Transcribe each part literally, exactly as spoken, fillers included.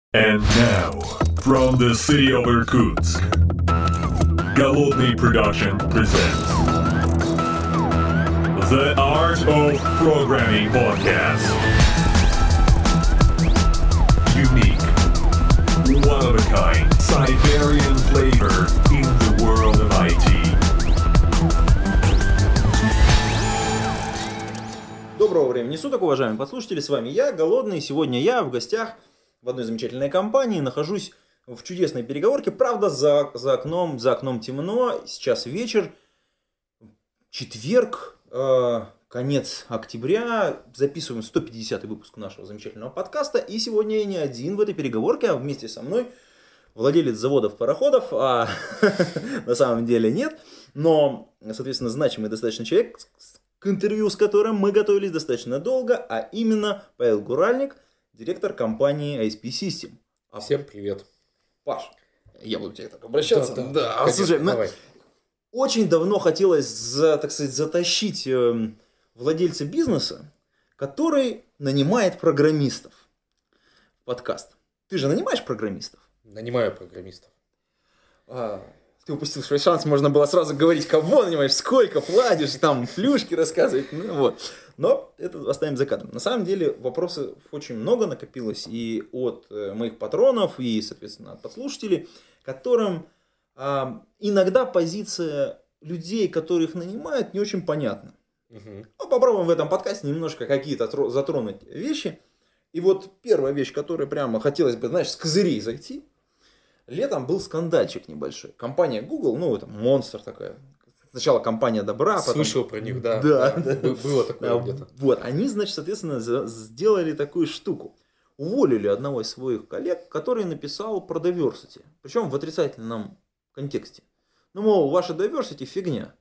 And now, from the city of Irkutsk, Голодный Production presents The Art of Programming Podcast. Unique, one-of-a-kind, Siberian flavor in the world of ай ти. Доброго времени суток, уважаемые подслушатели, с вами я, Голодный. Сегодня я в гостях в одной замечательной компании, нахожусь в чудесной переговорке. Правда, за, за, окном, за окном темно, сейчас вечер, четверг, э, конец октября. Записываем сто пятидесятый выпуск нашего замечательного подкаста. И сегодня я не один в этой переговорке, а вместе со мной владелец заводов-пароходов, а на самом деле нет. Но, соответственно, значимый достаточно человек, к интервью с которым мы готовились достаточно долго, а именно Павел Гуральник, директор компании ай эс пи System. А всем привет. Паш, я буду тебе так обращаться. Да, да, да. Слушай, ну, очень давно хотелось, за, так сказать, затащить э, владельца бизнеса, который нанимает программистов в подкаст. Ты же нанимаешь программистов? Нанимаю программистов. А, ты упустил свой шанс, можно было сразу говорить, кого нанимаешь, сколько платишь, там, флюшки рассказывать, ну вот. Но это оставим за кадром. На самом деле вопросов очень много накопилось и от э, моих патронов, и, соответственно, от подслушателей, которым э, иногда позиция людей, которых нанимают, не очень понятна. Угу. Ну, попробуем в этом подкасте немножко какие-то затронуть вещи. И вот первая вещь, которая прямо хотелось бы, знаешь, с козырей зайти. Летом был скандальчик небольшой. Компания Google, ну, это монстр такая. Сначала компания добра, потом... Слышал про них, да. Да, да. да. Было такое Да, где-то. Вот, они, значит, соответственно, сделали такую штуку. Уволили одного из своих коллег, который написал про diversity. Причем в отрицательном контексте. Ну, мол, ваша diversity фигня.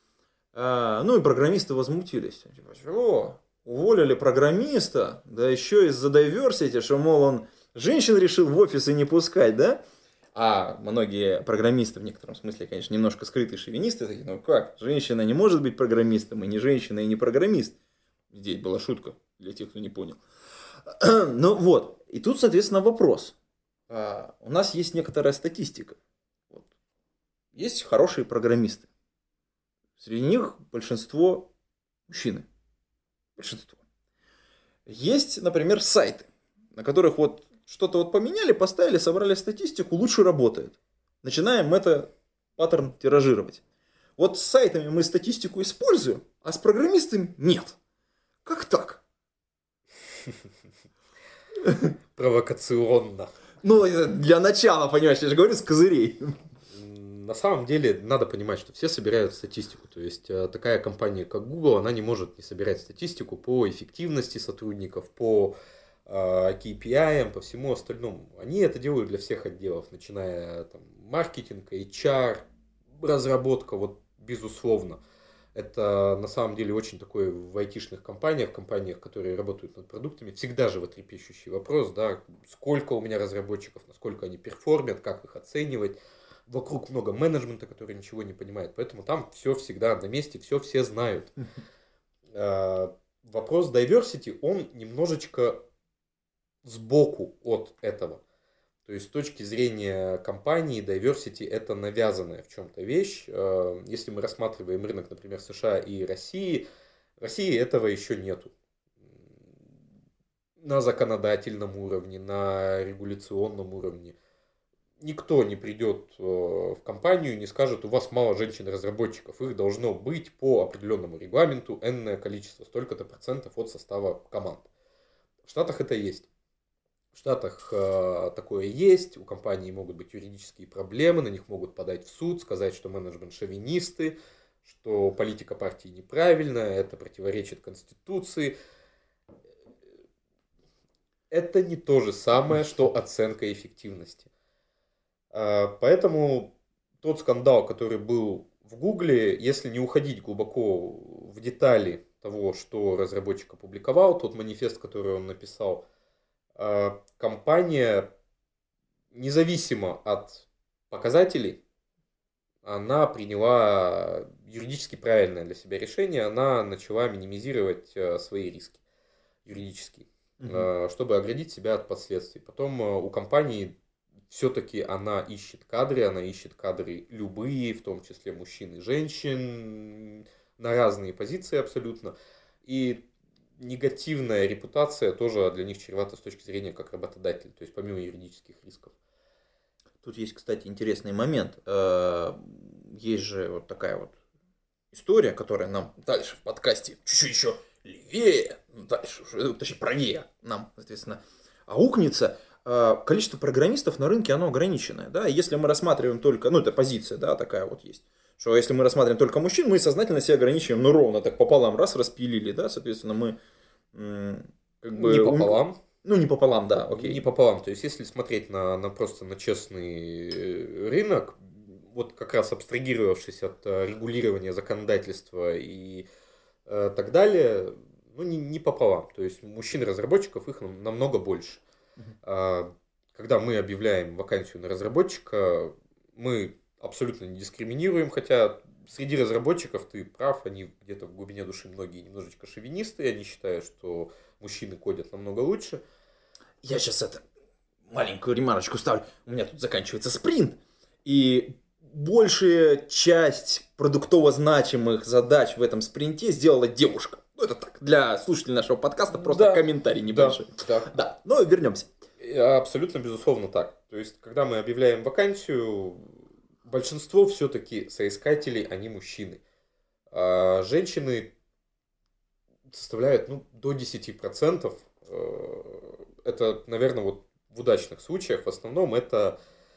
А, ну, и программисты возмутились. Типа, чего? Уволили программиста, да еще из-за diversity, что, мол, он женщин решил в офисы не пускать, да? А многие программисты, в некотором смысле, конечно, немножко скрытые шовинисты, такие, ну как, женщина не может быть программистом, и не женщина, и не программист. Здесь была шутка, для тех, кто не понял. Ну вот, и тут, соответственно, вопрос. А, у нас есть некоторая статистика. Вот. Есть хорошие программисты. Среди них большинство мужчины. Большинство. Есть, например, сайты, на которых вот что-то вот поменяли, поставили, собрали статистику, лучше работает. Начинаем это паттерн тиражировать. Вот с сайтами мы статистику используем, а с программистами нет. Как так? Провокационно. Ну, для начала, понимаешь, я же говорю, с козырей. На самом деле, надо понимать, что все собирают статистику. То есть, такая компания, как Google, она не может не собирать статистику по эффективности сотрудников, по кей пи ай, по всему остальному. Они это делают для всех отделов, начиная там, маркетинг, эйч ар, разработка, вот безусловно. Это на самом деле очень такой в айтишных компаниях, компаниях, которые работают над продуктами, всегда животрепещущий вопрос, да, сколько у меня разработчиков, насколько они перформят, как их оценивать. Вокруг много менеджмента, который ничего не понимает, поэтому там все всегда на месте, все все знают. Вопрос diversity, он немножечко сбоку от этого. То есть с точки зрения компании diversity это навязанная в чем-то вещь. Если мы рассматриваем рынок, например, США и России, в России этого еще нету. На законодательном уровне, на регуляционном уровне. Никто не придет в компанию и не скажет, у вас мало женщин-разработчиков, их должно быть по определенному регламенту энное количество, столько-то процентов от состава команд. В Штатах это есть. В Штатах э, такое есть, у компаний могут быть юридические проблемы, на них могут подать в суд, сказать, что менеджмент шовинисты, что политика партии неправильная, это противоречит Конституции. Это не то же самое, что оценка эффективности. Э, поэтому тот скандал, который был в Гугле, если не уходить глубоко в детали того, что разработчик опубликовал, тот манифест, который он написал, компания, независимо от показателей, она приняла юридически правильное для себя решение, она начала минимизировать свои риски юридические. угу. чтобы оградить себя от последствий. Потом у компании все-таки она ищет кадры, она ищет кадры любые, в том числе мужчин и женщин, на разные позиции абсолютно. И негативная репутация тоже для них чревата с точки зрения как работодателя, то есть помимо юридических рисков. Тут есть, кстати, интересный момент. Есть же вот такая вот история, которая нам дальше в подкасте чуть-чуть еще левее, дальше уже, точнее правее нам, соответственно, аукнется. Количество программистов на рынке, оно ограниченное. Да? Если мы рассматриваем только, ну это позиция, да, такая вот есть, что если мы рассматриваем только мужчин, мы сознательно себя ограничиваем, ну ровно так пополам, раз распилили, да, соответственно, мы как бы... Не пополам. Ну, не пополам, да, окей. Не пополам, то есть если смотреть на, на просто на честный рынок, вот как раз абстрагировавшись от регулирования законодательства и э, так далее, ну не, не пополам, то есть мужчин-разработчиков их намного больше. Uh-huh. Когда мы объявляем вакансию на разработчика, мы абсолютно не дискриминируем, хотя среди разработчиков ты прав, они где-то в глубине души многие немножечко шовинисты, они считают, что мужчины кодят намного лучше. Я сейчас это маленькую ремарочку ставлю. У меня тут заканчивается спринт, и большая часть продуктово значимых задач в этом спринте сделала девушка. Ну, это так, для слушателей нашего подкаста просто да, комментарий небольшой. Да, да. да, но вернемся. Абсолютно, безусловно, так. То есть, когда мы объявляем вакансию, большинство все-таки соискателей, они мужчины. А женщины составляют ну, до десять процентов. Это, наверное, вот в удачных случаях. В основном это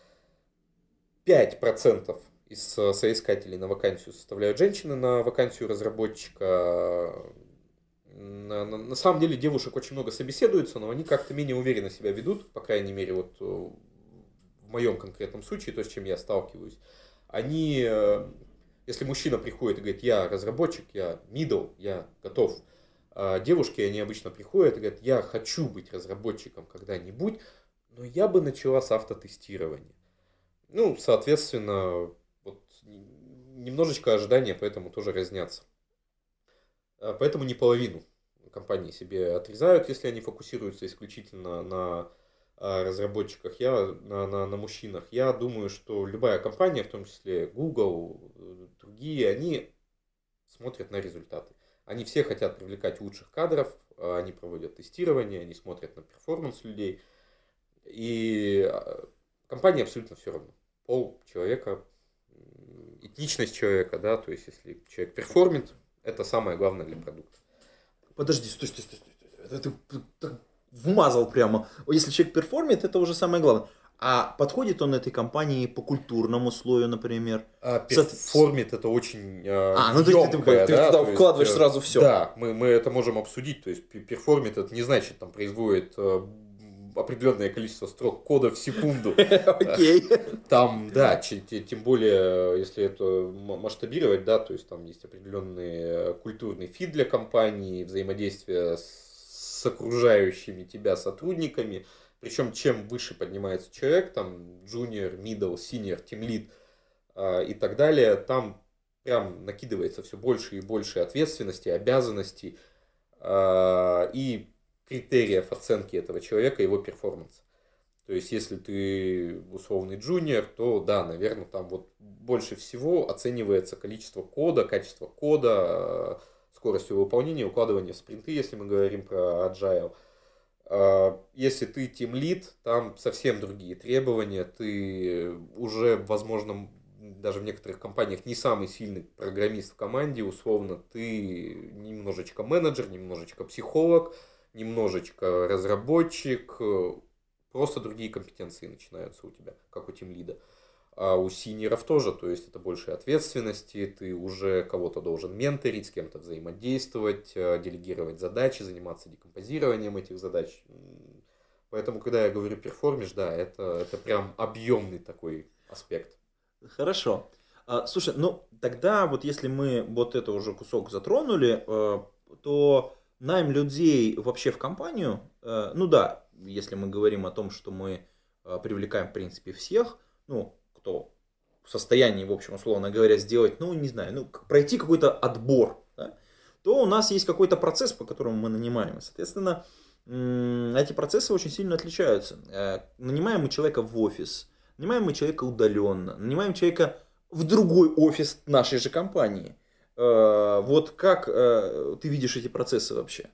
пять процентов из соискателей на вакансию составляют женщины на вакансию разработчика. На, на, на самом деле девушек очень много собеседуется, но они как-то менее уверенно себя ведут, по крайней мере, вот в моем конкретном случае, то, с чем я сталкиваюсь. Они, если мужчина приходит и говорит, я разработчик, я middle, я готов, а девушки, они обычно приходят и говорят, я хочу быть разработчиком когда-нибудь, но я бы начала с автотестирования. Ну, соответственно, вот, немножечко ожидания поэтому тоже разнятся. Поэтому не половину компаний себе отрезают, если они фокусируются исключительно на разработчиках, я, на, на, на мужчинах. Я думаю, что любая компания, в том числе Google, другие, они смотрят на результаты. Они все хотят привлекать лучших кадров, они проводят тестирование, они смотрят на перформанс людей. И компании абсолютно все равно. Пол человека, этничность человека, да, то есть если человек перформит, это самое главное для продукта. Подожди, стой, стой, стой, стой. Это ты, ты вмазал прямо. Если человек перформит, это уже самое главное. А подходит он этой компании по культурному слою, например? А, перформит это очень э, А, ну то есть ты, ты, ты да, туда вкладываешь есть, сразу все. Да, мы, мы это можем обсудить. То есть перформит это не значит, там производит э, определенное количество строк кода в секунду. Окей. Там, да, тем более, если это масштабировать, да, то есть там есть определенный культурный фид для компании, взаимодействие с окружающими тебя сотрудниками. Причем, чем выше поднимается человек, там, junior, middle, senior, team lead э, и так далее, там прям накидывается все больше и больше ответственности, обязанностей э, и критериев оценки этого человека, его перформанса. То есть, если ты условный джуниор, то да, наверное, там вот больше всего оценивается количество кода, качество кода, скорость его выполнения, укладывание в спринты, если мы говорим про agile. Если ты тимлид, там совсем другие требования, ты уже, возможно, даже в некоторых компаниях не самый сильный программист в команде, условно, ты немножечко менеджер, немножечко психолог, немножечко разработчик, просто другие компетенции начинаются у тебя, как у тимлида. А у синьоров тоже, то есть это больше ответственности, ты уже кого-то должен менторить, с кем-то взаимодействовать, делегировать задачи, заниматься декомпозированием этих задач. Поэтому, когда я говорю перформишь, да, это, это прям объемный такой аспект. Хорошо. Слушай, ну тогда вот если мы вот это уже кусок затронули, то найм людей вообще в компанию, ну да, если мы говорим о том, что мы привлекаем в принципе всех, ну, кто в состоянии, в общем, условно говоря, сделать, ну, не знаю, ну, пройти какой-то отбор, да, то у нас есть какой-то процесс, по которому мы нанимаем. Соответственно, эти процессы очень сильно отличаются. Нанимаем мы человека в офис, нанимаем мы человека удаленно, нанимаем человека в другой офис нашей же компании. Вот как ты видишь эти процессы вообще?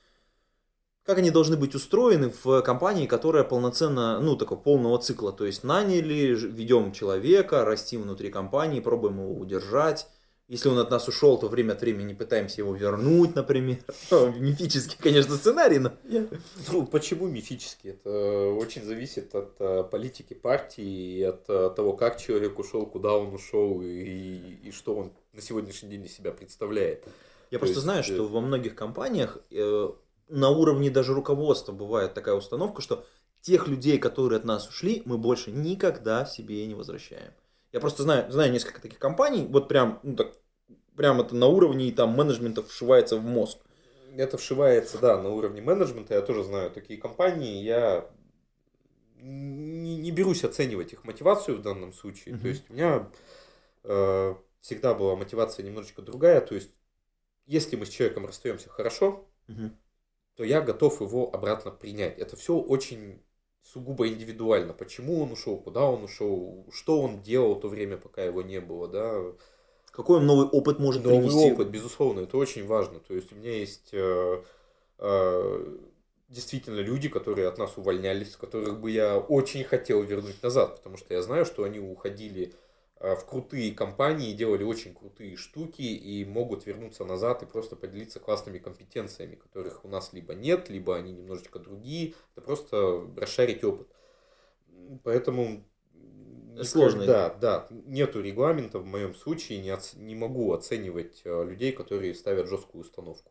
Как они должны быть устроены в компании, которая полноценно, ну, такого полного цикла? То есть наняли, ведем человека, растим внутри компании, пробуем его удержать. Если он от нас ушел, то время от времени пытаемся его вернуть, например. Мифический, конечно, сценарий, но... Ну, почему мифический? Это очень зависит от uh, политики партии и от uh, того, как человек ушел, куда он ушел и, и что он на сегодняшний день из себя представляет. Я то просто есть... знаю, что во многих компаниях э, на уровне даже руководства бывает такая установка, что тех людей, которые от нас ушли, мы больше никогда себе не возвращаем. Я просто знаю, знаю несколько таких компаний, вот прям, ну так, прям это на уровне там менеджмента вшивается в мозг. Это вшивается, да, на уровне менеджмента. Я тоже знаю такие компании. Я не, не берусь оценивать их мотивацию в данном случае. Uh-huh. То есть у меня э, всегда была мотивация немножечко другая. То есть если мы с человеком расстаемся хорошо, uh-huh. то я готов его обратно принять. Это все очень сугубо индивидуально. Почему он ушел, куда он ушел, что он делал в то время, пока его не было, да. Какой он новый опыт может новый принести? Новый опыт, безусловно, это очень важно. То есть у меня есть э, э, действительно люди, которые от нас увольнялись, которых бы я очень хотел вернуть назад, потому что я знаю, что они уходили э, в крутые компании, делали очень крутые штуки и могут вернуться назад и просто поделиться классными компетенциями, которых у нас либо нет, либо они немножечко другие. Это просто расшарить опыт. Поэтому... Сложно. Да, да. Нету регламента в моем случае, не, оц... не могу оценивать людей, которые ставят жесткую установку.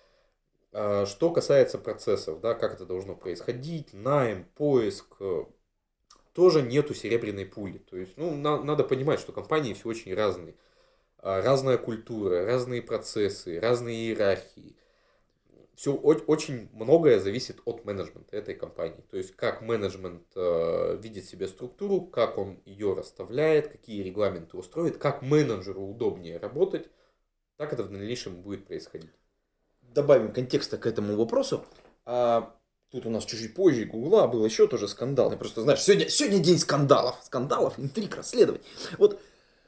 Что касается процессов, да, как это должно происходить, найм, поиск, тоже нету серебряной пули. То есть, ну, на, надо понимать, что компании все очень разные. Разная культура, разные процессы, разные иерархии. Все очень многое зависит от менеджмента этой компании. То есть, как менеджмент э, видит себе структуру, как он ее расставляет, какие регламенты устроит, как менеджеру удобнее работать, так это в дальнейшем будет происходить. Добавим контекста к этому вопросу. А, тут у нас чуть-чуть позже Гугла был еще тоже скандал. Я просто, знаешь, сегодня, сегодня день скандалов. Скандалов, интриг, расследований. Вот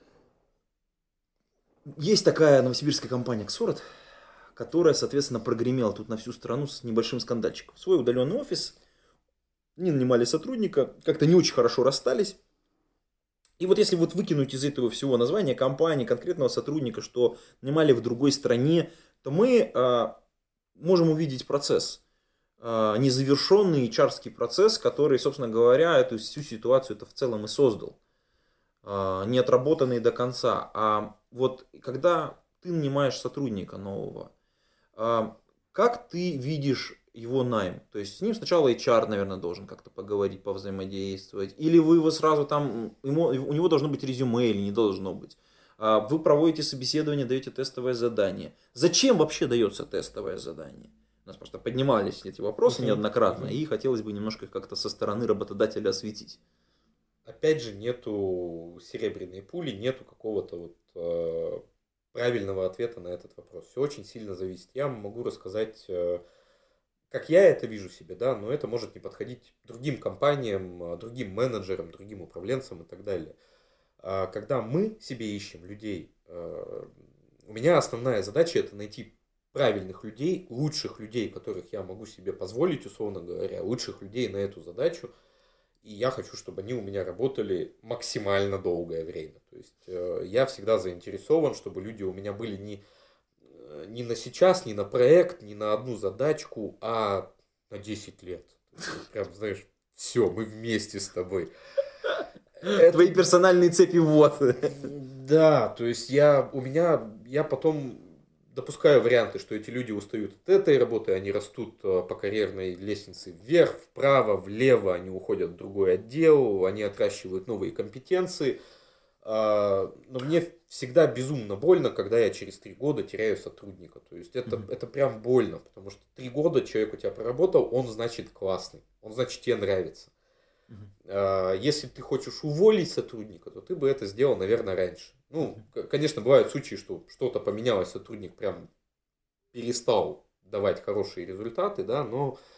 есть такая новосибирская компания «Ксорот», которая, соответственно, прогремела тут на всю страну с небольшим скандальчиком. В свой удаленный офис не нанимали сотрудника, как-то не очень хорошо расстались. И вот если вот выкинуть из этого всего названия компании, конкретного сотрудника, что нанимали в другой стране, то мы а, можем увидеть процесс. А, незавершенный эйч ар-ский процесс, который, собственно говоря, эту всю ситуацию это в целом и создал. А, не отработанный до конца. А вот когда ты нанимаешь сотрудника нового, как ты видишь его найм? То есть с ним сначала эйч ар, наверное, должен как-то поговорить, повзаимодействовать. Или вы его сразу там, ему, у него должно быть резюме или не должно быть. Вы проводите собеседование, даете тестовое задание. Зачем вообще дается тестовое задание? У нас просто поднимались эти вопросы неоднократно, и хотелось бы немножко их как-то со стороны работодателя осветить. Опять же, нету серебряной пули, нету какого-то вот... правильного ответа на этот вопрос. Все очень сильно зависит. Я могу рассказать, как я это вижу себе, да, но это может не подходить другим компаниям, другим менеджерам, другим управленцам и так далее. Когда мы себе ищем людей, у меня основная задача это найти правильных людей, лучших людей, которых я могу себе позволить, условно говоря, лучших людей на эту задачу. И я хочу, чтобы они у меня работали максимально долгое время. То есть э, я всегда заинтересован, чтобы люди у меня были не, не на сейчас, не на проект, не на одну задачку, а на десять лет. Прям, знаешь, все, мы вместе с тобой. Твои персональные цепи вот. Да, то есть я, у меня, я потом... допускаю варианты, что эти люди устают от этой работы, они растут по карьерной лестнице вверх, вправо, влево, они уходят в другой отдел, они отращивают новые компетенции. Но мне всегда безумно больно, когда я через три года теряю сотрудника. То есть это, mm-hmm. это прям больно, потому что три года человек у тебя проработал, он значит классный, он значит тебе нравится. Mm-hmm. Если ты хочешь уволить сотрудника, то ты бы это сделал, наверное, раньше. Ну, конечно, бывают случаи, что что-то поменялось, сотрудник прям перестал давать хорошие результаты, да, но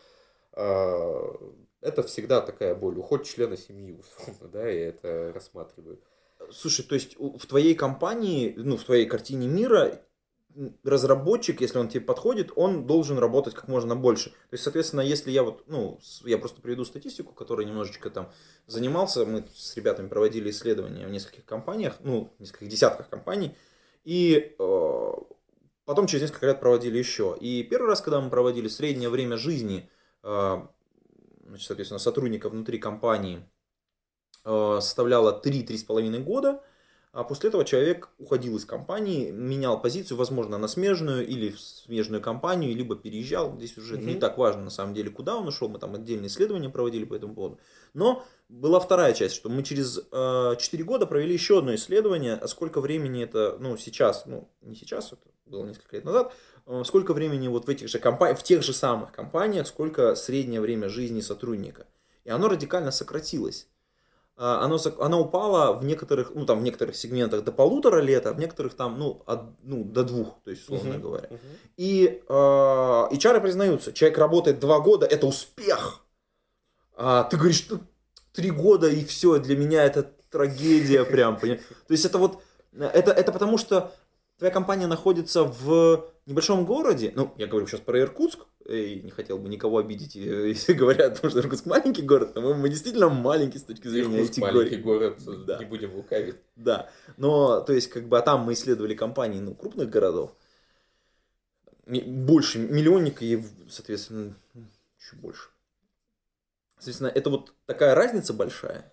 Это всегда такая боль. Уход члена семьи, условно, да, я это рассматриваю. Слушай, то есть в твоей компании, ну, в твоей картине мира разработчик, если он тебе подходит, он должен работать как можно больше. То есть, соответственно, если я вот, ну, я просто приведу статистику, которой немножечко там занимался, мы с ребятами проводили исследования в нескольких компаниях, ну, в нескольких десятках компаний, и э, потом через несколько лет проводили еще. И первый раз, когда мы проводили среднее время жизни, э, значит, соответственно, сотрудников внутри компании э, составляло три-три с половиной года. А после этого человек уходил из компании, менял позицию, возможно, на смежную или в смежную компанию, либо переезжал. Здесь уже uh-huh. не так важно, на самом деле, куда он ушел. Мы там отдельные исследования проводили по этому поводу. Но была вторая часть, что мы через э, четыре года провели еще одно исследование. А сколько времени это, ну, сейчас, ну, не сейчас, это было несколько лет назад, э, сколько времени вот в этих же компаниях, в тех же самых компаниях, сколько среднее время жизни сотрудника. И оно радикально сократилось. Оно, оно упало в некоторых, ну, там, в некоторых сегментах до полутора лет, а в некоторых там, ну, от, ну до двух, то есть, условно uh-huh, говоря. Uh-huh. И э, эйч ар признаются, человек работает два года, это успех. А ты говоришь, ну, три года и все, для меня это трагедия прям. То есть это вот, это, это потому что твоя компания находится в небольшом городе, ну, я говорю сейчас про Иркутск, и не хотел бы никого обидеть, если говорят, потому что Иркутск маленький город, но мы действительно маленький с точки зрения Иркутск маленький город, да. Не будем лукавить. Да, но, то есть, как бы, а там мы исследовали компании, ну, крупных городов, больше миллионника и, соответственно, еще больше. Соответственно, это вот такая разница большая.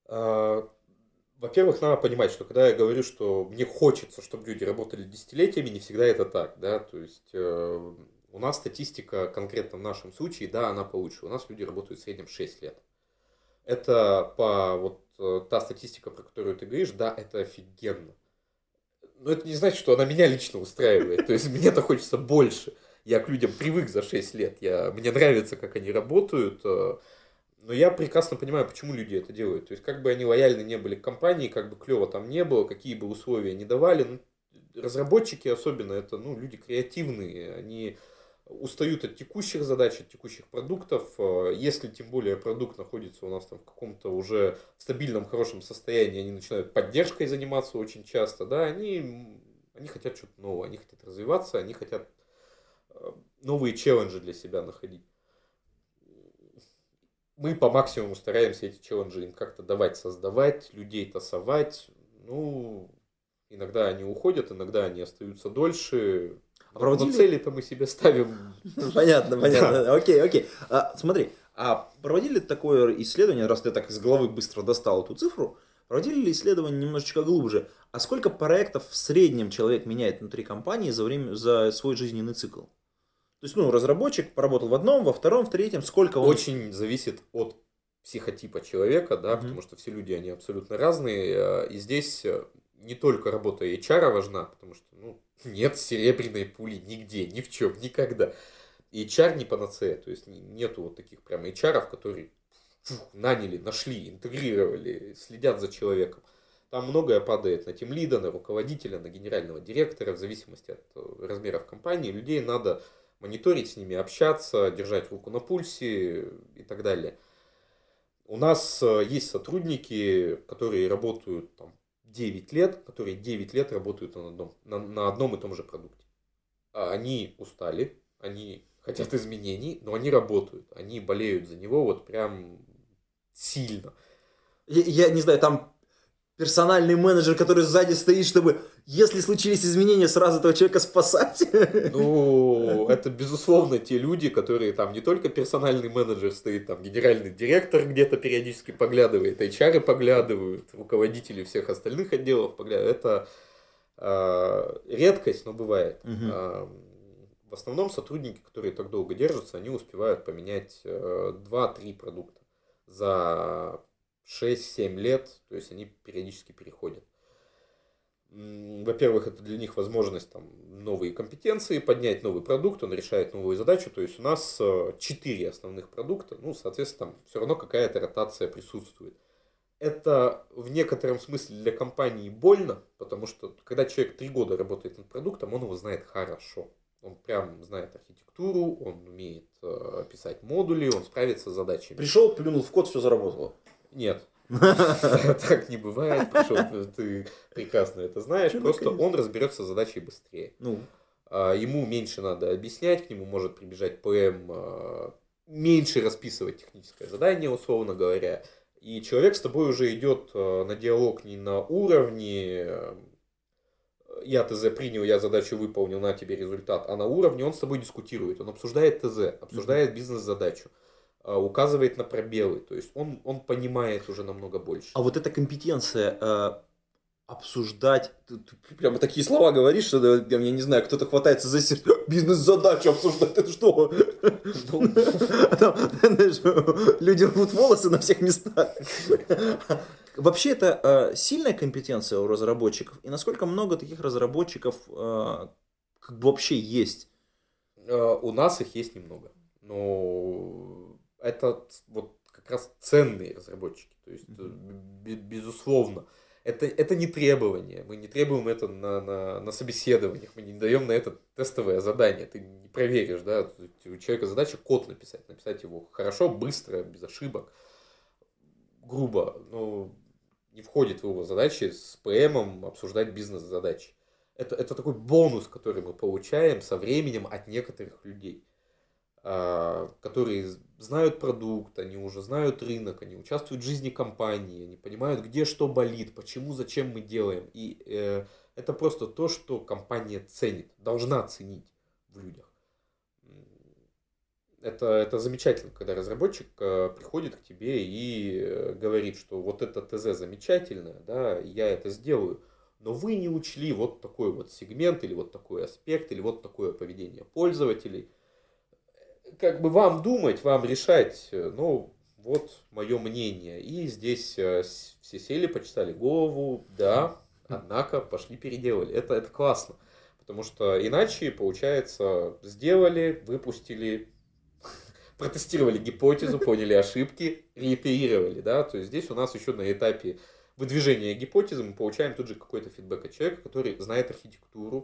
Во-первых, надо понимать, что когда я говорю, что мне хочется, чтобы люди работали десятилетиями, не всегда это так, да, то есть э, у нас статистика конкретно в нашем случае, да, она получше, у нас люди работают в среднем шесть лет. Это по вот э, та статистика, про которую ты говоришь, да, это офигенно. Но это не значит, что она меня лично устраивает, то есть мне-то хочется больше. Я к людям привык за шесть лет, я, мне нравится, как они работают. Э, Но я прекрасно понимаю, почему люди это делают. То есть, как бы они лояльны не были к компании, как бы клево там не было, какие бы условия не давали. Ну, разработчики особенно, это ну, люди креативные. Они устают от текущих задач, от текущих продуктов. Если тем более продукт находится у нас там в каком-то уже стабильном, хорошем состоянии, они начинают поддержкой заниматься очень часто. Да, они, они хотят что-то новое, они хотят развиваться, они хотят новые челленджи для себя находить. Мы по максимуму стараемся эти челленджи им как-то давать, создавать, людей тасовать. Ну, иногда они уходят, иногда они остаются дольше. А проводили... Но цели-то мы себе ставим. Понятно, понятно. Окей, окей. А, смотри, а проводили такое исследование, раз ты так из головы быстро достал эту цифру, проводили ли исследование немножечко глубже? А сколько проектов в среднем человек меняет внутри компании за, время, за свой жизненный цикл? То есть, ну, разработчик поработал в одном, во втором, в третьем, сколько он... Очень зависит от психотипа человека, да, mm-hmm. потому что все люди, они абсолютно разные, и здесь не только работа эйч ар важна, потому что, ну, нет серебряной пули нигде, ни в чем, никогда. эйч ар не панацея, то есть нету вот таких прям эйч ар-ов, которые фух, наняли, нашли, интегрировали, следят за человеком. Там многое падает на тимлида, на руководителя, на генерального директора, в зависимости от размеров компании. Людей надо мониторить с ними, общаться, держать руку на пульсе и так далее. У нас есть сотрудники, которые работают там, девять лет, которые девять лет работают на одном, на, на одном и том же продукте. Они устали, они хотят изменений, но они работают, они болеют за него вот прям сильно. Я, я не знаю, там персональный менеджер, который сзади стоит, чтобы, если случились изменения, сразу этого человека спасать. Ну, это, безусловно, те люди, которые там не только персональный менеджер стоит, там генеральный директор где-то периодически поглядывает, эйч ар поглядывают, руководители всех остальных отделов поглядывают. Это э, редкость, но бывает. Угу. Э, в основном сотрудники, которые так долго держатся, они успевают поменять э, два-три продукта за шесть-семь лет, то есть они периодически переходят. Во-первых, это для них возможность там, новые компетенции, поднять новый продукт, он решает новую задачу. То есть у нас четыре основных продукта, ну, соответственно, там все равно какая-то ротация присутствует. Это в некотором смысле для компании больно, потому что когда человек три года работает над продуктом, он его знает хорошо. Он прям знает архитектуру, он умеет э, писать модули, он справится с задачами. Пришел, плюнул в код, все заработало. Нет. Так не бывает. Пришел, ты прекрасно это знаешь. Просто он разберется с задачей быстрее. Ему меньше надо объяснять, к нему может прибежать ПМ, меньше расписывать техническое задание, условно говоря. И человек с тобой уже идет на диалог не на уровне я ТЗ принял, я задачу выполнил, на тебе результат, а на уровне он с тобой дискутирует, он обсуждает ТЗ, обсуждает бизнес-задачу, указывает на пробелы, то есть он, он понимает уже намного больше. А вот эта компетенция э, обсуждать, ты, ты прямо такие слова говоришь, что я, я не знаю, кто-то хватается за сердце, бизнес-задачу обсуждать, это что? Люди рвут волосы на всех местах. Вообще это сильная компетенция у разработчиков, и насколько много таких разработчиков как бы вообще есть? У нас их есть немного, но это вот как раз ценные разработчики, то есть безусловно. Это, это не требование. Мы не требуем это на, на, на собеседованиях. Мы не даем на это тестовое задание. Ты не проверишь, да? У человека задача код написать. Написать его хорошо, быстро, без ошибок. Грубо. Но не входит в его задачи с ПМом обсуждать бизнес-задачи. Это, это такой бонус, который мы получаем со временем от некоторых людей, которые знают продукт, они уже знают рынок, они участвуют в жизни компании, они понимают, где что болит, почему, зачем мы делаем. И э, это просто то, что компания ценит, должна ценить в людях. Это, это замечательно, когда разработчик э, приходит к тебе и э, говорит, что вот это ТЗ замечательное, да, я это сделаю, но вы не учли вот такой вот сегмент, или вот такой аспект, или вот такое поведение пользователей. Как бы вам думать, вам решать, ну, вот мое мнение. И здесь все сели, почесали голову, да, однако пошли переделали. Это, это классно, потому что иначе, получается, сделали, выпустили, протестировали гипотезу, поняли ошибки, реитерировали, да, то есть здесь у нас еще на этапе выдвижения гипотезы мы получаем тут же какой-то фидбэк от человека, который знает архитектуру,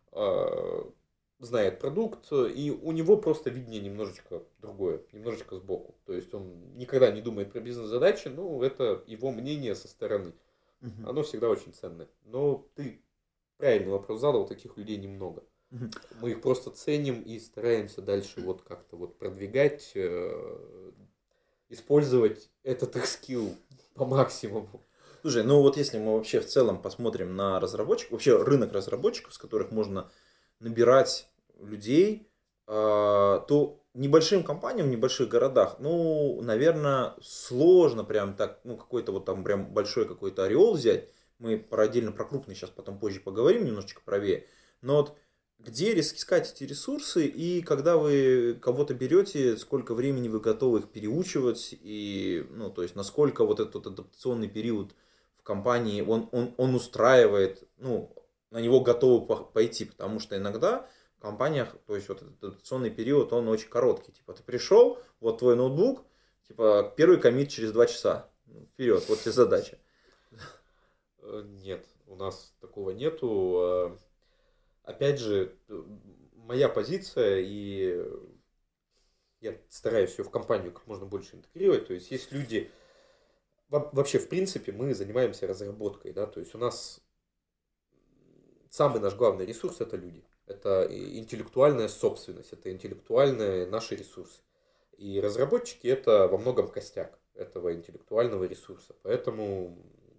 знает продукт, и у него просто видение немножечко другое, немножечко сбоку. То есть он никогда не думает про бизнес-задачи, но это его мнение со стороны. Uh-huh. Оно всегда очень ценное. Но ты правильный вопрос задал, таких людей немного. Uh-huh. Мы их просто ценим и стараемся дальше вот как-то вот продвигать, э- использовать этот их скилл по максимуму. Слушай, ну вот если мы вообще в целом посмотрим на разработчиков, вообще рынок разработчиков, с которых можно набирать людей, то небольшим компаниям в небольших городах, ну, наверное, сложно прям так, ну, какой-то вот там прям большой какой-то ореол взять. Мы про отдельно про крупные сейчас потом позже поговорим, немножечко правее. Но вот где искать эти ресурсы, и когда вы кого-то берете, сколько времени вы готовы их переучивать, и, ну, то есть, насколько вот этот адаптационный период в компании, он, он, он устраивает, ну, на него готовы пойти, потому что иногда в компаниях, то есть вот этот адаптационный период, он очень короткий. Типа ты пришел, вот твой ноутбук, типа первый коммит через два часа. Вперед, вот тебе задача. Нет, у нас такого нету. Опять же, моя позиция, и я стараюсь ее в компанию как можно больше интегрировать. То есть есть люди, вообще в принципе мы занимаемся разработкой, да, то есть у нас самый наш главный ресурс – это люди. Это интеллектуальная собственность, это интеллектуальные наши ресурсы. И разработчики – это во многом костяк этого интеллектуального ресурса. Поэтому,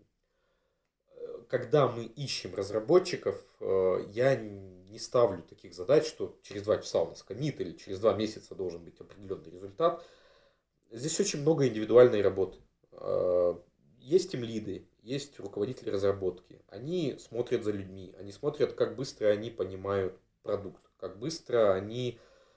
когда мы ищем разработчиков, я не ставлю таких задач, что через два часа у нас коммит или через два месяца должен быть определенный результат. Здесь очень много индивидуальной работы. Есть тимлиды, есть руководители разработки. Они смотрят за людьми, они смотрят, как быстро они понимают продукт, как быстро они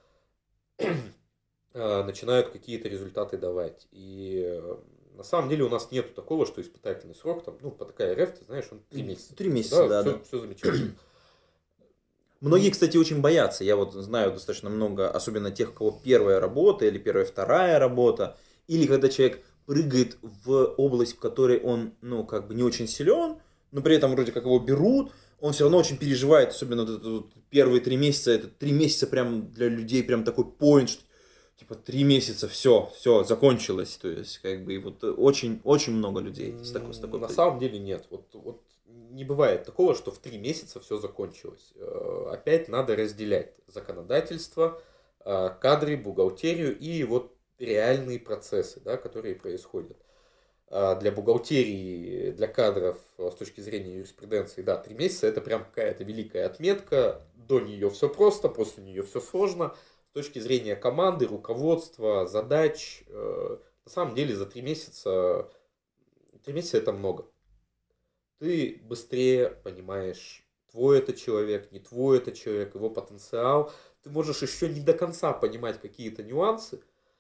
начинают какие-то результаты давать. И на самом деле у нас нету такого, что испытательный срок, там, ну, по такая РФ, ты знаешь, он три месяца. Три месяца, да, да, да. Все, все замечательно. Многие, кстати, очень боятся. Я вот знаю достаточно много, особенно тех, у кого первая работа или первая, вторая работа, или когда человек прыгает в область, в которой он, ну, как бы не очень силен, но при этом вроде как его берут, он все равно очень переживает, особенно вот, вот первые три месяца, это три месяца прям для людей прям такой поинт, что типа три месяца, все, все, закончилось, то есть как бы и вот очень, очень много людей с такой, с такой На позиции. самом деле нет, вот, вот не бывает такого, что в три месяца все закончилось. Опять надо разделять законодательство, кадры, бухгалтерию и вот реальные процессы, да, которые происходят. Для бухгалтерии, для кадров с точки зрения юриспруденции, да, три месяца это прям какая-то великая отметка, до нее все просто, после нее все сложно. С точки зрения команды, руководства, задач, на самом деле за три месяца, три месяца это много. Ты быстрее понимаешь, твой это человек, не твой это человек, его потенциал. Ты можешь еще не до конца понимать какие-то нюансы,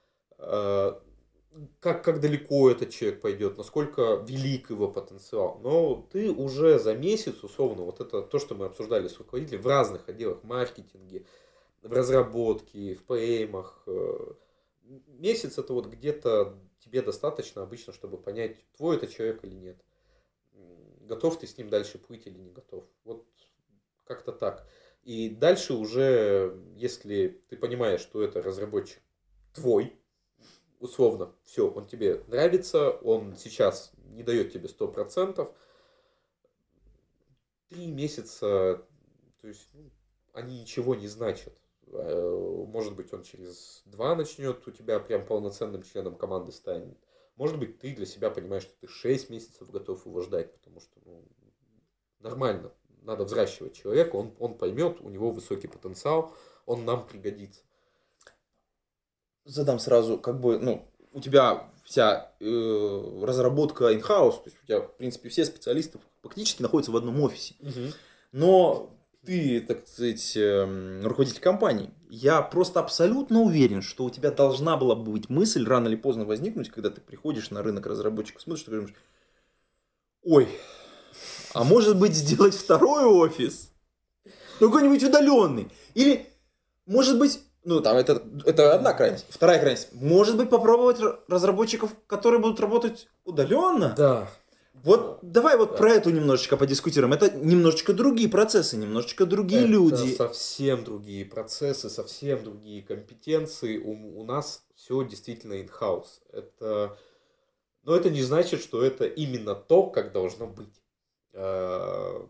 как, как далеко этот человек пойдет, насколько велик его потенциал. Но ты уже за месяц, условно, вот это то, что мы обсуждали с руководителем в разных отделах, в маркетинге, в разработке, в пи эм-ах. Месяц это вот где-то тебе достаточно обычно, чтобы понять, твой это человек или нет. Готов ты с ним дальше плыть или не готов. Вот как-то так. И дальше уже, если ты понимаешь, что это разработчик твой, условно, все, он тебе нравится, он сейчас не дает тебе сто процентов, три месяца, то есть ну, они ничего не значат. Может быть, он через два начнет у тебя прям полноценным членом команды станет. Может быть, ты для себя понимаешь, что ты шесть месяцев готов его ждать, потому что ну, нормально, надо взращивать человека, он, он поймет, у него высокий потенциал, он нам пригодится. Задам сразу, как бы, ну, у тебя вся э, разработка in-house, то есть у тебя, в принципе, все специалисты фактически находятся в одном офисе. Угу. Но ты, так сказать, э, руководитель компании. Я просто абсолютно уверен, что у тебя должна была быть мысль рано или поздно возникнуть, когда ты приходишь на рынок разработчиков, смотришь, ты говоришь, ой, а может быть сделать второй офис? Ну, какой-нибудь удаленный. Или, может быть... Ну, там, это, это одна крайность. Вторая крайность. Может быть, попробовать разработчиков, которые будут работать удаленно? Да. Вот давай вот да. про это немножечко подискутируем. Это немножечко другие процессы, немножечко другие это люди. Совсем другие процессы, совсем другие компетенции. У, у нас все действительно in-house. Это... Но это не значит, что это именно то, как должно быть. Мы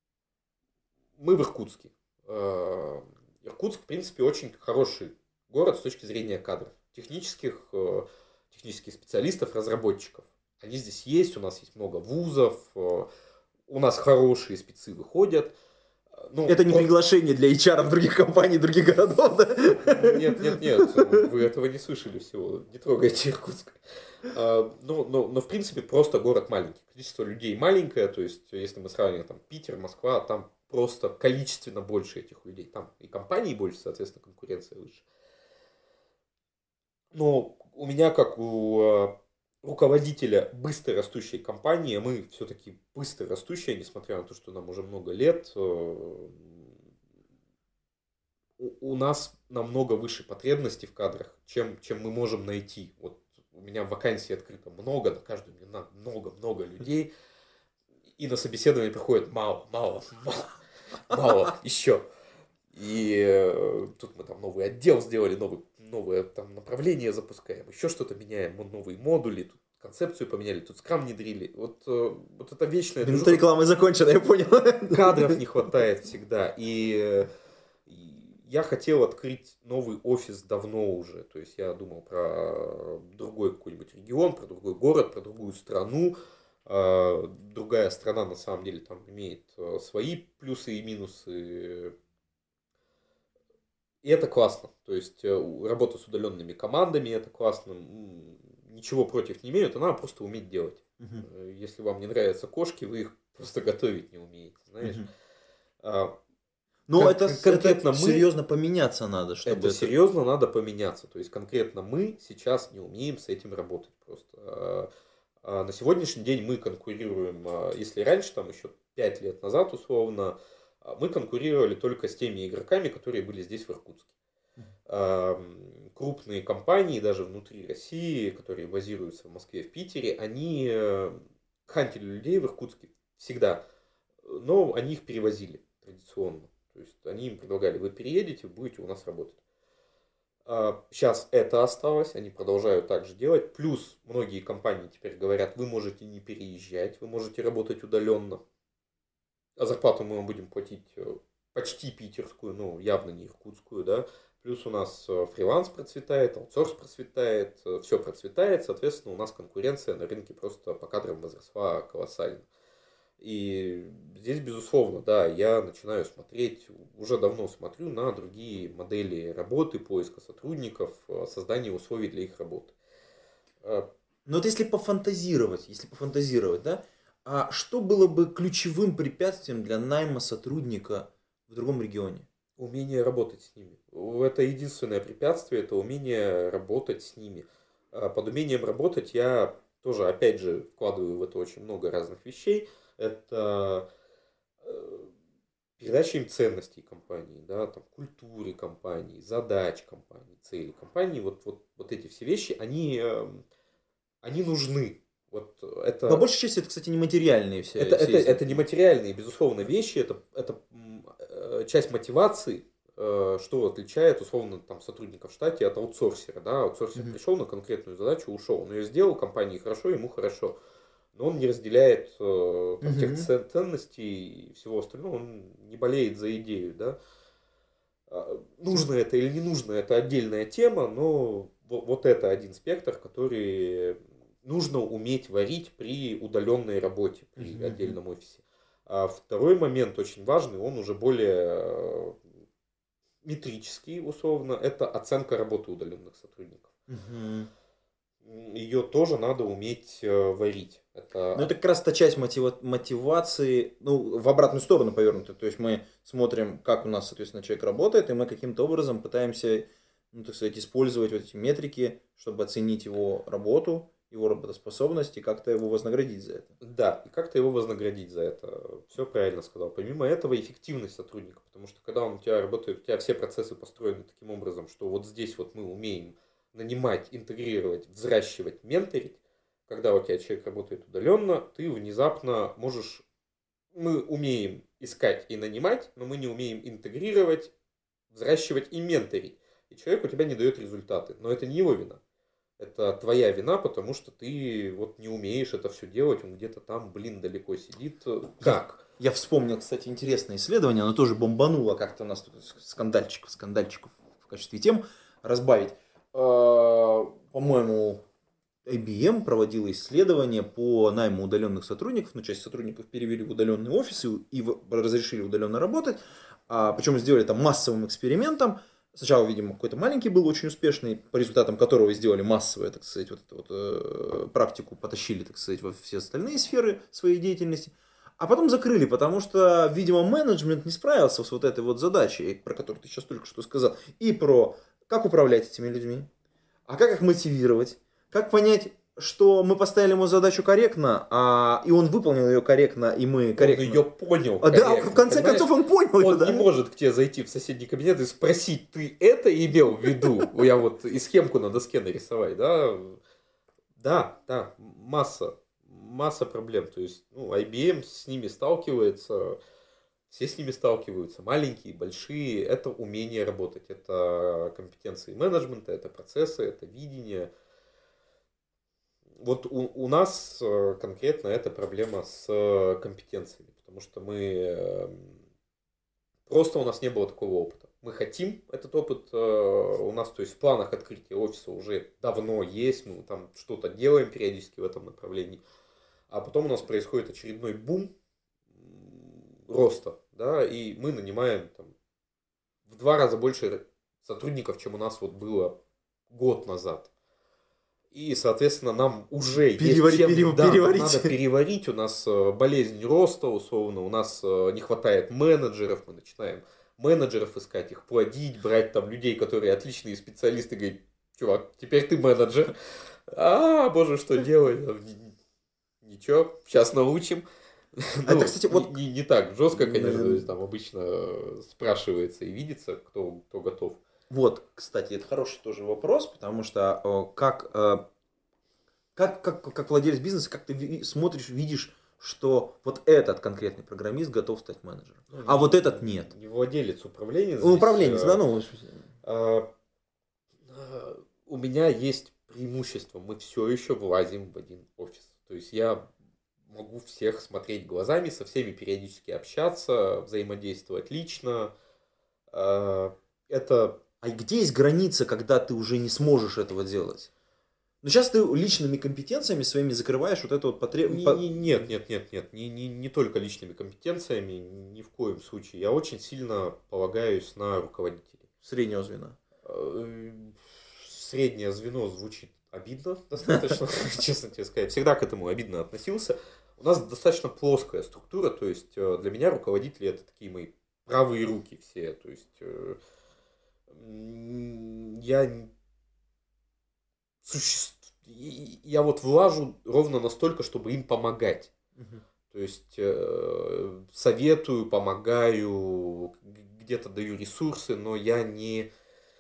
в Иркутске. Иркутск, в принципе, очень хороший город с точки зрения кадров, технических, технических специалистов, разработчиков. Они здесь есть, у нас есть много вузов, у нас хорошие спецы выходят. Ну, это не просто... приглашение для эйч ар в других компаний, других городов, да? Нет, нет, нет, вы этого не слышали всего, не трогайте Иркутск. Но, но, но в принципе просто город маленький, количество людей маленькое, то есть если мы сравним там Питер, Москва, там просто количественно больше этих людей. Там и компаний больше, соответственно, конкуренция выше. Но у меня, как у руководителя быстро растущей компании, мы все-таки быстро растущие, несмотря на то, что нам уже много лет, у нас намного выше потребности в кадрах, чем, чем мы можем найти. Вот у меня вакансий открыто много, на каждую мне надо много-много людей. И на собеседование приходит мало, мало, мало, мало, еще. И э, тут мы там новый отдел сделали, новый, новое там направление запускаем, еще что-то меняем, новые модули, тут концепцию поменяли, тут скрам внедрили. Вот, э, вот это вечное... Минута рекламы закончена, я понял. Кадров не хватает всегда. И, и я хотел открыть новый офис давно уже. То есть я думал про другой какой-нибудь регион, про другой город, про другую страну. Другая страна на самом деле там имеет свои плюсы и минусы. И это классно. То есть работа с удаленными командами, это классно. Ничего против не имею, это надо просто уметь делать. Угу. Если вам не нравятся кошки, вы их просто готовить не умеете. Знаешь? Угу. Но Кон- это, конкретно это мы, серьезно поменяться надо, чтобы это, это серьезно надо поменяться. То есть конкретно мы сейчас не умеем с этим работать просто. На сегодняшний день мы конкурируем, если раньше, там еще пять лет назад условно, мы конкурировали только с теми игроками, которые были здесь в Иркутске. Крупные компании, даже внутри России, которые базируются в Москве, в Питере, они хантили людей в Иркутске всегда. но они их перевозили традиционно. То есть они им предлагали, вы переедете, будете у нас работать. Сейчас это осталось, они продолжают так же делать. Плюс многие компании теперь говорят, вы можете не переезжать, вы можете работать удаленно. А зарплату мы вам будем платить почти питерскую, ну явно не иркутскую, да. Плюс у нас фриланс процветает, аутсорс процветает, все процветает. Соответственно, у нас конкуренция на рынке просто по кадрам возросла колоссально. И здесь, безусловно, да, я начинаю смотреть, уже давно смотрю на другие модели работы, поиска сотрудников, создания условий для их работы. Но вот если пофантазировать, если пофантазировать, да, а что было бы ключевым препятствием для найма сотрудника в другом регионе? Умение работать с ними. Это единственное препятствие, это умение работать с ними. Под умением работать я тоже, опять же, вкладываю в это очень много разных вещей. Это передача им ценностей компании, да, там, культуры компании, задач компании, целей компании. Вот, вот, вот эти все вещи, они, они нужны. Вот это... Но большей части это, кстати, нематериальные все. Это, все это, это нематериальные, безусловно, вещи. Это, это часть мотивации, что отличает, условно, там, сотрудника в штате от аутсорсера. Да? Аутсорсер mm-hmm. пришел на конкретную задачу, ушел. Он ее сделал, компании хорошо, ему хорошо. Но он не разделяет там, mm-hmm. тех ценностей и всего остального, он не болеет за идею. Да? Нужно это или не нужно, это отдельная тема, но вот это один спектр, который нужно уметь варить при удаленной работе, при mm-hmm. отдельном офисе. А второй момент очень важный, он уже более метрический, условно, это оценка работы удаленных сотрудников. Mm-hmm. Ее тоже надо уметь варить. Это... Ну, это как раз та часть мотива- мотивации, ну, в обратную сторону повернута. То есть мы смотрим, как у нас, соответственно, человек работает, и мы каким-то образом пытаемся, ну, так сказать, использовать вот эти метрики, чтобы оценить его работу, его работоспособность и как-то его вознаградить за это. Да, и как-то его вознаградить за это. Все правильно сказал. Помимо этого, эффективность сотрудника. Потому что когда он у тебя работает, у тебя все процессы построены таким образом, что вот здесь вот мы умеем нанимать, интегрировать, взращивать, менторить. Когда у тебя человек работает удаленно, ты внезапно можешь... Мы умеем искать и нанимать, но мы не умеем интегрировать, взращивать и менторить. И человек у тебя не дает результаты. Но это не его вина. Это твоя вина, потому что ты вот не умеешь это все делать, он где-то там, блин, далеко сидит. Как? Я, я вспомнил, кстати, интересное исследование, оно тоже бомбануло как-то у нас тут скандальчиков, скандальчиков в качестве тем разбавить. По-моему, ай би эм проводила исследование по найму удаленных сотрудников, но часть сотрудников перевели в удаленные офисы и разрешили удаленно работать, причем сделали это массовым экспериментом. Сначала, видимо, какой-то маленький был, очень успешный, по результатам которого сделали массовую, так сказать, вот эту вот, э, практику, потащили, так сказать, во все остальные сферы своей деятельности. А потом закрыли, потому что, видимо, менеджмент не справился с вот этой вот задачей, про которую ты сейчас только что сказал. И про как управлять этими людьми, а как их мотивировать, как понять, что мы поставили ему задачу корректно, а, и он выполнил ее корректно, и мы корректно... Он ее понял а, Да, в конце понимаешь? концов он понял Он ее, да? не может к тебе зайти в соседний кабинет и спросить, ты это имел в виду? Я вот и схемку на доске нарисовать, да? Да, да, масса, масса проблем. То есть, ну, ай би эм с ними сталкивается, все с ними сталкиваются, маленькие, большие. Это умение работать, это компетенции менеджмента, это процессы, это видение. Вот у, у нас конкретно эта проблема с компетенциями, потому что мы просто у нас не было такого опыта. Мы хотим этот опыт, у нас, то есть в планах открытия офиса уже давно есть, мы там что-то делаем периодически в этом направлении, а потом у нас происходит очередной бум роста, да, и мы нанимаем там в два раза больше сотрудников, чем у нас вот было год назад. И, соответственно, нам уже Перевари, есть чем перев, да, переварить. надо переварить. У нас болезнь роста, условно, у нас не хватает менеджеров, мы начинаем менеджеров искать, их плодить, брать там людей, которые отличные специалисты, говорить, чувак, теперь ты менеджер. А, боже, что делать? Ничего, сейчас научим. Это, ну, кстати, вот... не, не так жестко, конечно, то есть, там обычно спрашивается и видится, кто, кто готов. Вот, кстати, это хороший тоже вопрос, потому что как, как, как, как владелец бизнеса, как ты смотришь, видишь что вот этот конкретный программист готов стать менеджером, Ну, а не- вот этот нет. Не владелец, управленец. Ну, здесь, управленец, э, да, ну, а, а, у меня есть преимущество. Мы все еще влазим в один офис. То есть я могу всех смотреть глазами, со всеми периодически общаться, взаимодействовать лично. А, Это а где есть граница, когда ты уже не сможешь этого делать? Ну, сейчас ты личными компетенциями своими закрываешь вот это вот Не- потребность. не- Нет, нет, нет, нет, не, не, не только личными компетенциями, ни в коем случае. Я очень сильно полагаюсь на руководителей. Среднего звена. Э, Среднее звено звучит обидно достаточно, честно тебе сказать. Всегда к этому обидно относился. У нас достаточно плоская структура, то есть э, для меня руководители это такие мои правые руки все. То есть э, м, я суще- и- я вот влажу ровно настолько, чтобы им помогать. То есть э, советую, помогаю, г- где-то даю ресурсы, но я не,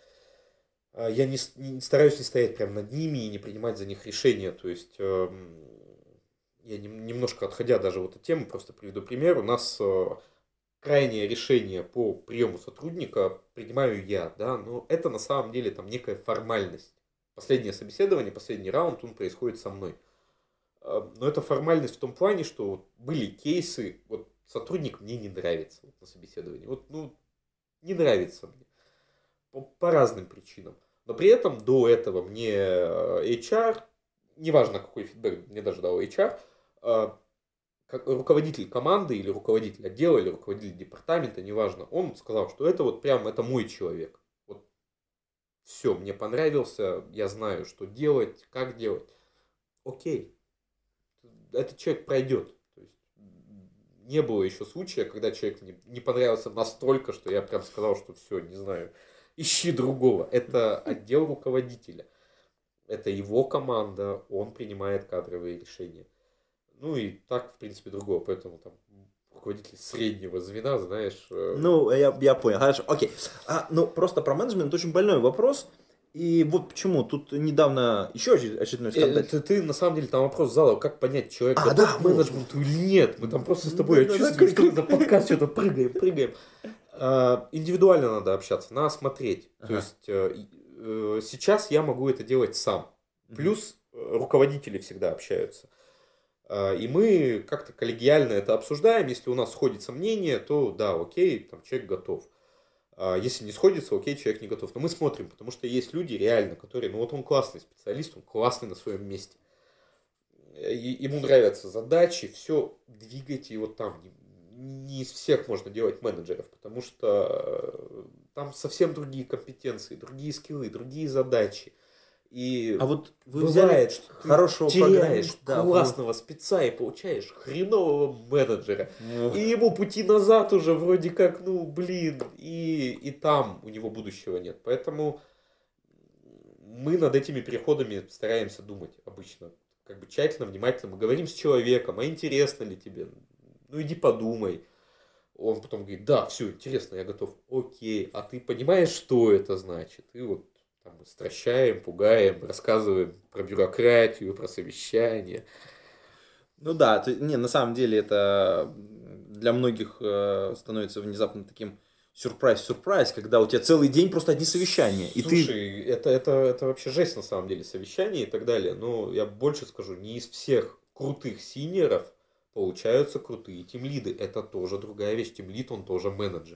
э, я не, с- не стараюсь не стоять прямо над ними и не принимать за них решения. То есть эм, я нем- немножко отходя даже вот от темы, просто приведу пример. У нас э, крайнее решение по приему сотрудника принимаю я, да, но это на самом деле там некая формальность. Последнее собеседование, последний раунд, он происходит со мной. А, Но это формальность в том плане, что вот были кейсы, вот сотрудник мне не нравится вот на собеседовании. Вот, ну, не нравится мне. По, по разным причинам. Но при этом до этого мне э, эйч ар, неважно какой фидбэк мне даже дал эйч ар, а, как руководитель команды или руководитель отдела или руководитель департамента, неважно, он сказал, что это вот прям это мой человек. Вот все, мне понравился, я знаю, что делать, как делать. Окей, этот человек пройдет. То есть, не было еще случая, когда человек мне не понравился настолько, что я прям сказал, что все, не знаю, ищи другого. Это отдел руководителя. Это его команда, он принимает кадровые решения. Ну и так, в принципе, другого. Поэтому там руководитель среднего звена, знаешь... э, Ну, я, я понял, хорошо, окей. А, ну, просто про менеджмент очень больной вопрос. И вот почему. Тут недавно еще очер- очередной э, скандал. Ты, ты, на самом деле там вопрос задал, как понять, человек А, готов да, к вот. менеджменту или нет. Мы там просто с тобой, я Да-да-да, чувствую, как- что за подкаст что-то прыгаем, прыгаем. А, Индивидуально надо общаться, надо смотреть. То Ага. есть э, и, э, сейчас я могу это делать сам. Плюс э, руководители всегда общаются. А, И мы как-то коллегиально это обсуждаем. Если у нас сходится мнение, то да, окей, там человек готов. А Если не сходится, окей, человек не готов. Но мы смотрим, потому что есть люди реально, которые, ну вот он классный специалист, он классный на своем месте. И- Ему нравятся задачи, все, двигайте его там. Не не из всех можно делать менеджеров, потому что э, там совсем другие компетенции, другие скиллы, другие задачи. И А вот вы бывает, взяли что ты хорошего теряешь программиста, да, вы- классного спеца и получаешь хренового менеджера. Ох. И ему пути назад уже вроде как, ну, блин, и, и там у него будущего нет. Поэтому мы над этими переходами стараемся думать обычно. Как бы тщательно, внимательно. Мы говорим с человеком, а интересно ли тебе? Ну, иди подумай. Он потом говорит, да, все, интересно, я готов. Окей, а ты понимаешь, что это значит? И вот там мы стращаем, пугаем, рассказываем про бюрократию, про совещания. Ну да, ты- не, на самом деле это для многих э, становится внезапно таким сюрприз-сюрприз, когда у тебя целый день просто одни совещания. И ты... Слушай, это, это, это вообще жесть на самом деле, совещания и так далее. Но я больше скажу, не из всех крутых синьоров получаются крутые тимлиды. Это тоже другая вещь. Тимлид, он тоже менеджер.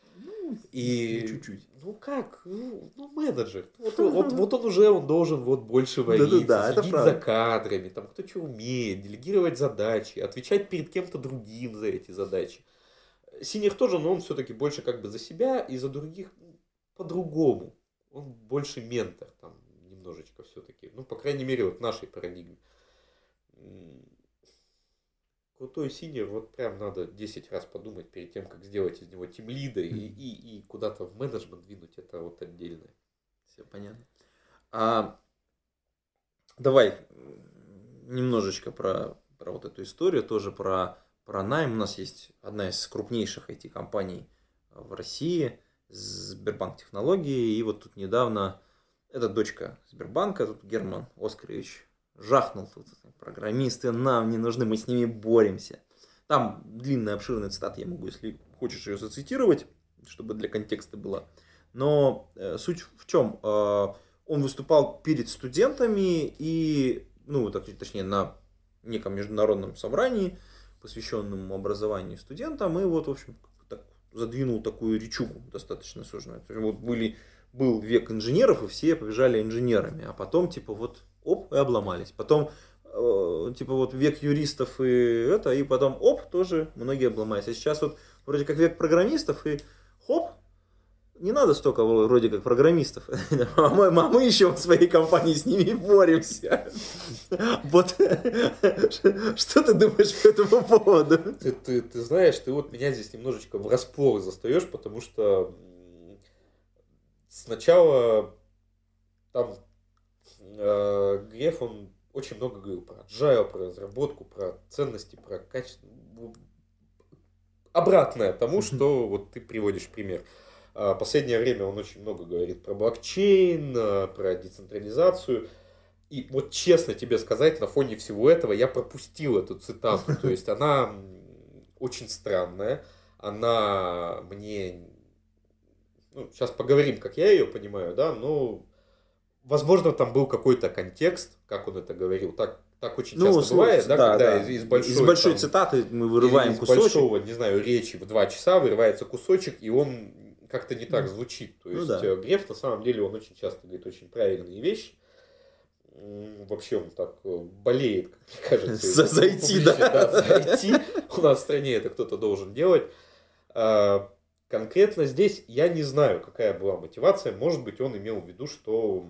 И чуть-чуть. ну как, ну, ну, менеджер. Вот, он- вот, вот он уже он должен вот больше вариться, Да-да-да, это следить правда. за кадрами, там кто что умеет, делегировать задачи, отвечать перед кем-то другим за эти задачи. Синер тоже, но он все-таки больше как бы за себя и за других ну, по-другому. Он больше ментор там немножечко все-таки. Ну, по крайней мере, вот в нашей парадигме. М, Крутой синер, вот прям надо десять раз подумать перед тем, как сделать из него тимлида и, и, и куда-то в менеджмент двинуть, это вот отдельное. Все понятно. А, давай м, немножечко про, про вот эту историю, тоже про, про найм. У нас есть одна из крупнейших ай ти-компаний в России, Сбербанк Технологии. И вот тут недавно, это дочка Сбербанка, тут Герман Оскарович жахнул тут. Программисты нам не нужны, мы с ними боремся. Там длинная обширная цитата, я могу, если хочешь ее зацитировать, чтобы для контекста было. Но э, суть в чем? Э, он выступал перед студентами и, ну, так, точнее, на неком международном собрании, посвященном образованию студентам, и вот, в общем, так, задвинул такую речугу достаточно сложную. Вот были, был век инженеров, и все побежали инженерами, а потом, типа, вот, оп, и обломались. Потом, э, типа, вот век юристов и это, и потом, оп, тоже многие обломались. А сейчас вот вроде как век программистов, и хоп, не надо столько вроде как программистов, а мы, а мы еще в своей компании с ними боремся. Вот что ты думаешь по этому поводу? Ты, ты, ты знаешь, ты вот меня здесь немножечко врасплох застаешь, потому что сначала там э, Греф, он очень много говорил про agile, про разработку, про ценности, про качество. Обратное тому, что вот ты приводишь пример. Последнее время он очень много говорит про блокчейн, про децентрализацию. И вот честно тебе сказать, на фоне всего этого я пропустил эту цитату. То есть она очень странная. Она мне... Ну, сейчас поговорим, как я ее понимаю, да, но возможно там был какой-то контекст, как он это говорил. Так, так очень часто ну, бывает, да, да, когда да. Из, из большой, из большой там, цитаты мы вырываем из кусочек. Из большого, не знаю, речи в два часа вырывается кусочек, и он как-то не так звучит. То есть ну, да. Греф, на самом деле, он очень часто говорит очень правильные вещи. Вообще он так болеет, как мне кажется. За зайти, да. да. Зайти. У нас в стране это кто-то должен делать. А, конкретно здесь я не знаю, какая была мотивация. Может быть, он имел в виду, что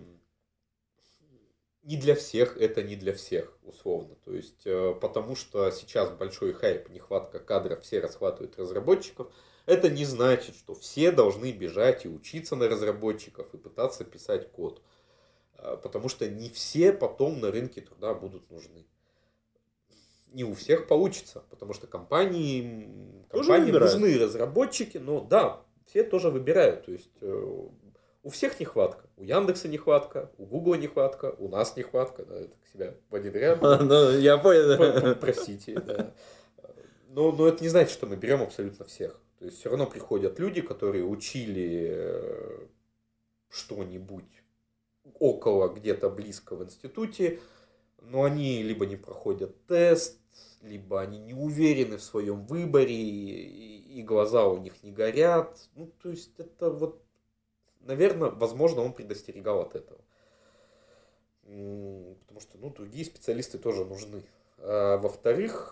не для всех это не для всех, условно. То есть, потому что сейчас большой хайп, нехватка кадров, все расхватывают разработчиков. Это не значит, что все должны бежать и учиться на разработчиков и пытаться писать код. Потому что не все потом на рынке труда будут нужны. Не у всех получится, потому что компании, компании нужны разработчики, но да, все тоже выбирают. То есть у всех нехватка. У Яндекса нехватка, у Гугла нехватка, у нас нехватка. Да, это к себя в один ряд. Я понял. Простите. Но, но это не значит, что мы берем абсолютно всех. То есть все равно приходят люди, которые учили что-нибудь около, где-то близко в институте, но они либо не проходят тест, либо они не уверены в своем выборе, и, и глаза у них не горят. Ну, то есть это вот, наверное, возможно, он предостерегал от этого. Потому что, ну, другие специалисты тоже нужны. А, во-вторых,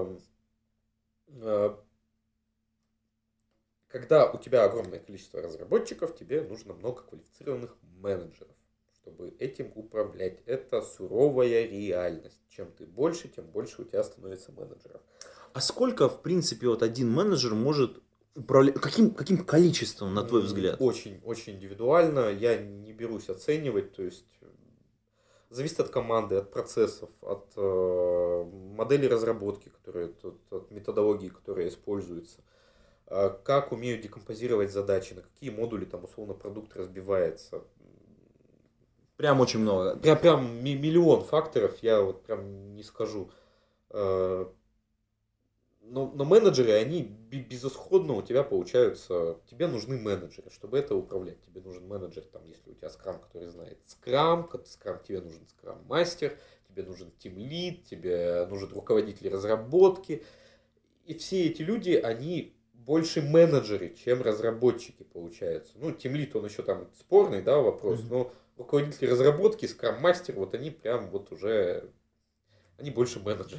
когда у тебя огромное количество разработчиков, тебе нужно много квалифицированных менеджеров, чтобы этим управлять. Это суровая реальность. Чем ты больше, тем больше у тебя становится менеджеров. А сколько, в принципе, вот один менеджер может управлять? Каким, каким количеством, на твой взгляд? Очень, очень индивидуально. Я не берусь оценивать. То есть зависит от команды, от процессов, от э, модели разработки, которые, от, от методологии, которая используется. Как умеют декомпозировать задачи, на какие модули там условно продукт разбивается. Прям очень много. Прям, прям миллион факторов, я вот прям не скажу. Но, но менеджеры, они безысходно у тебя получаются. Тебе нужны менеджеры, чтобы это управлять. Тебе нужен менеджер, там, если у тебя скрам, который знает скрам, скрам тебе нужен скрам-мастер, тебе нужен тимлид, тебе нужен руководитель разработки. И все эти люди, они больше менеджеры, чем разработчики получаются. Ну, тимлид, он еще там спорный, да, вопрос, mm-hmm. но руководители разработки, скрам-мастер, вот они прям вот уже, они больше менеджеры.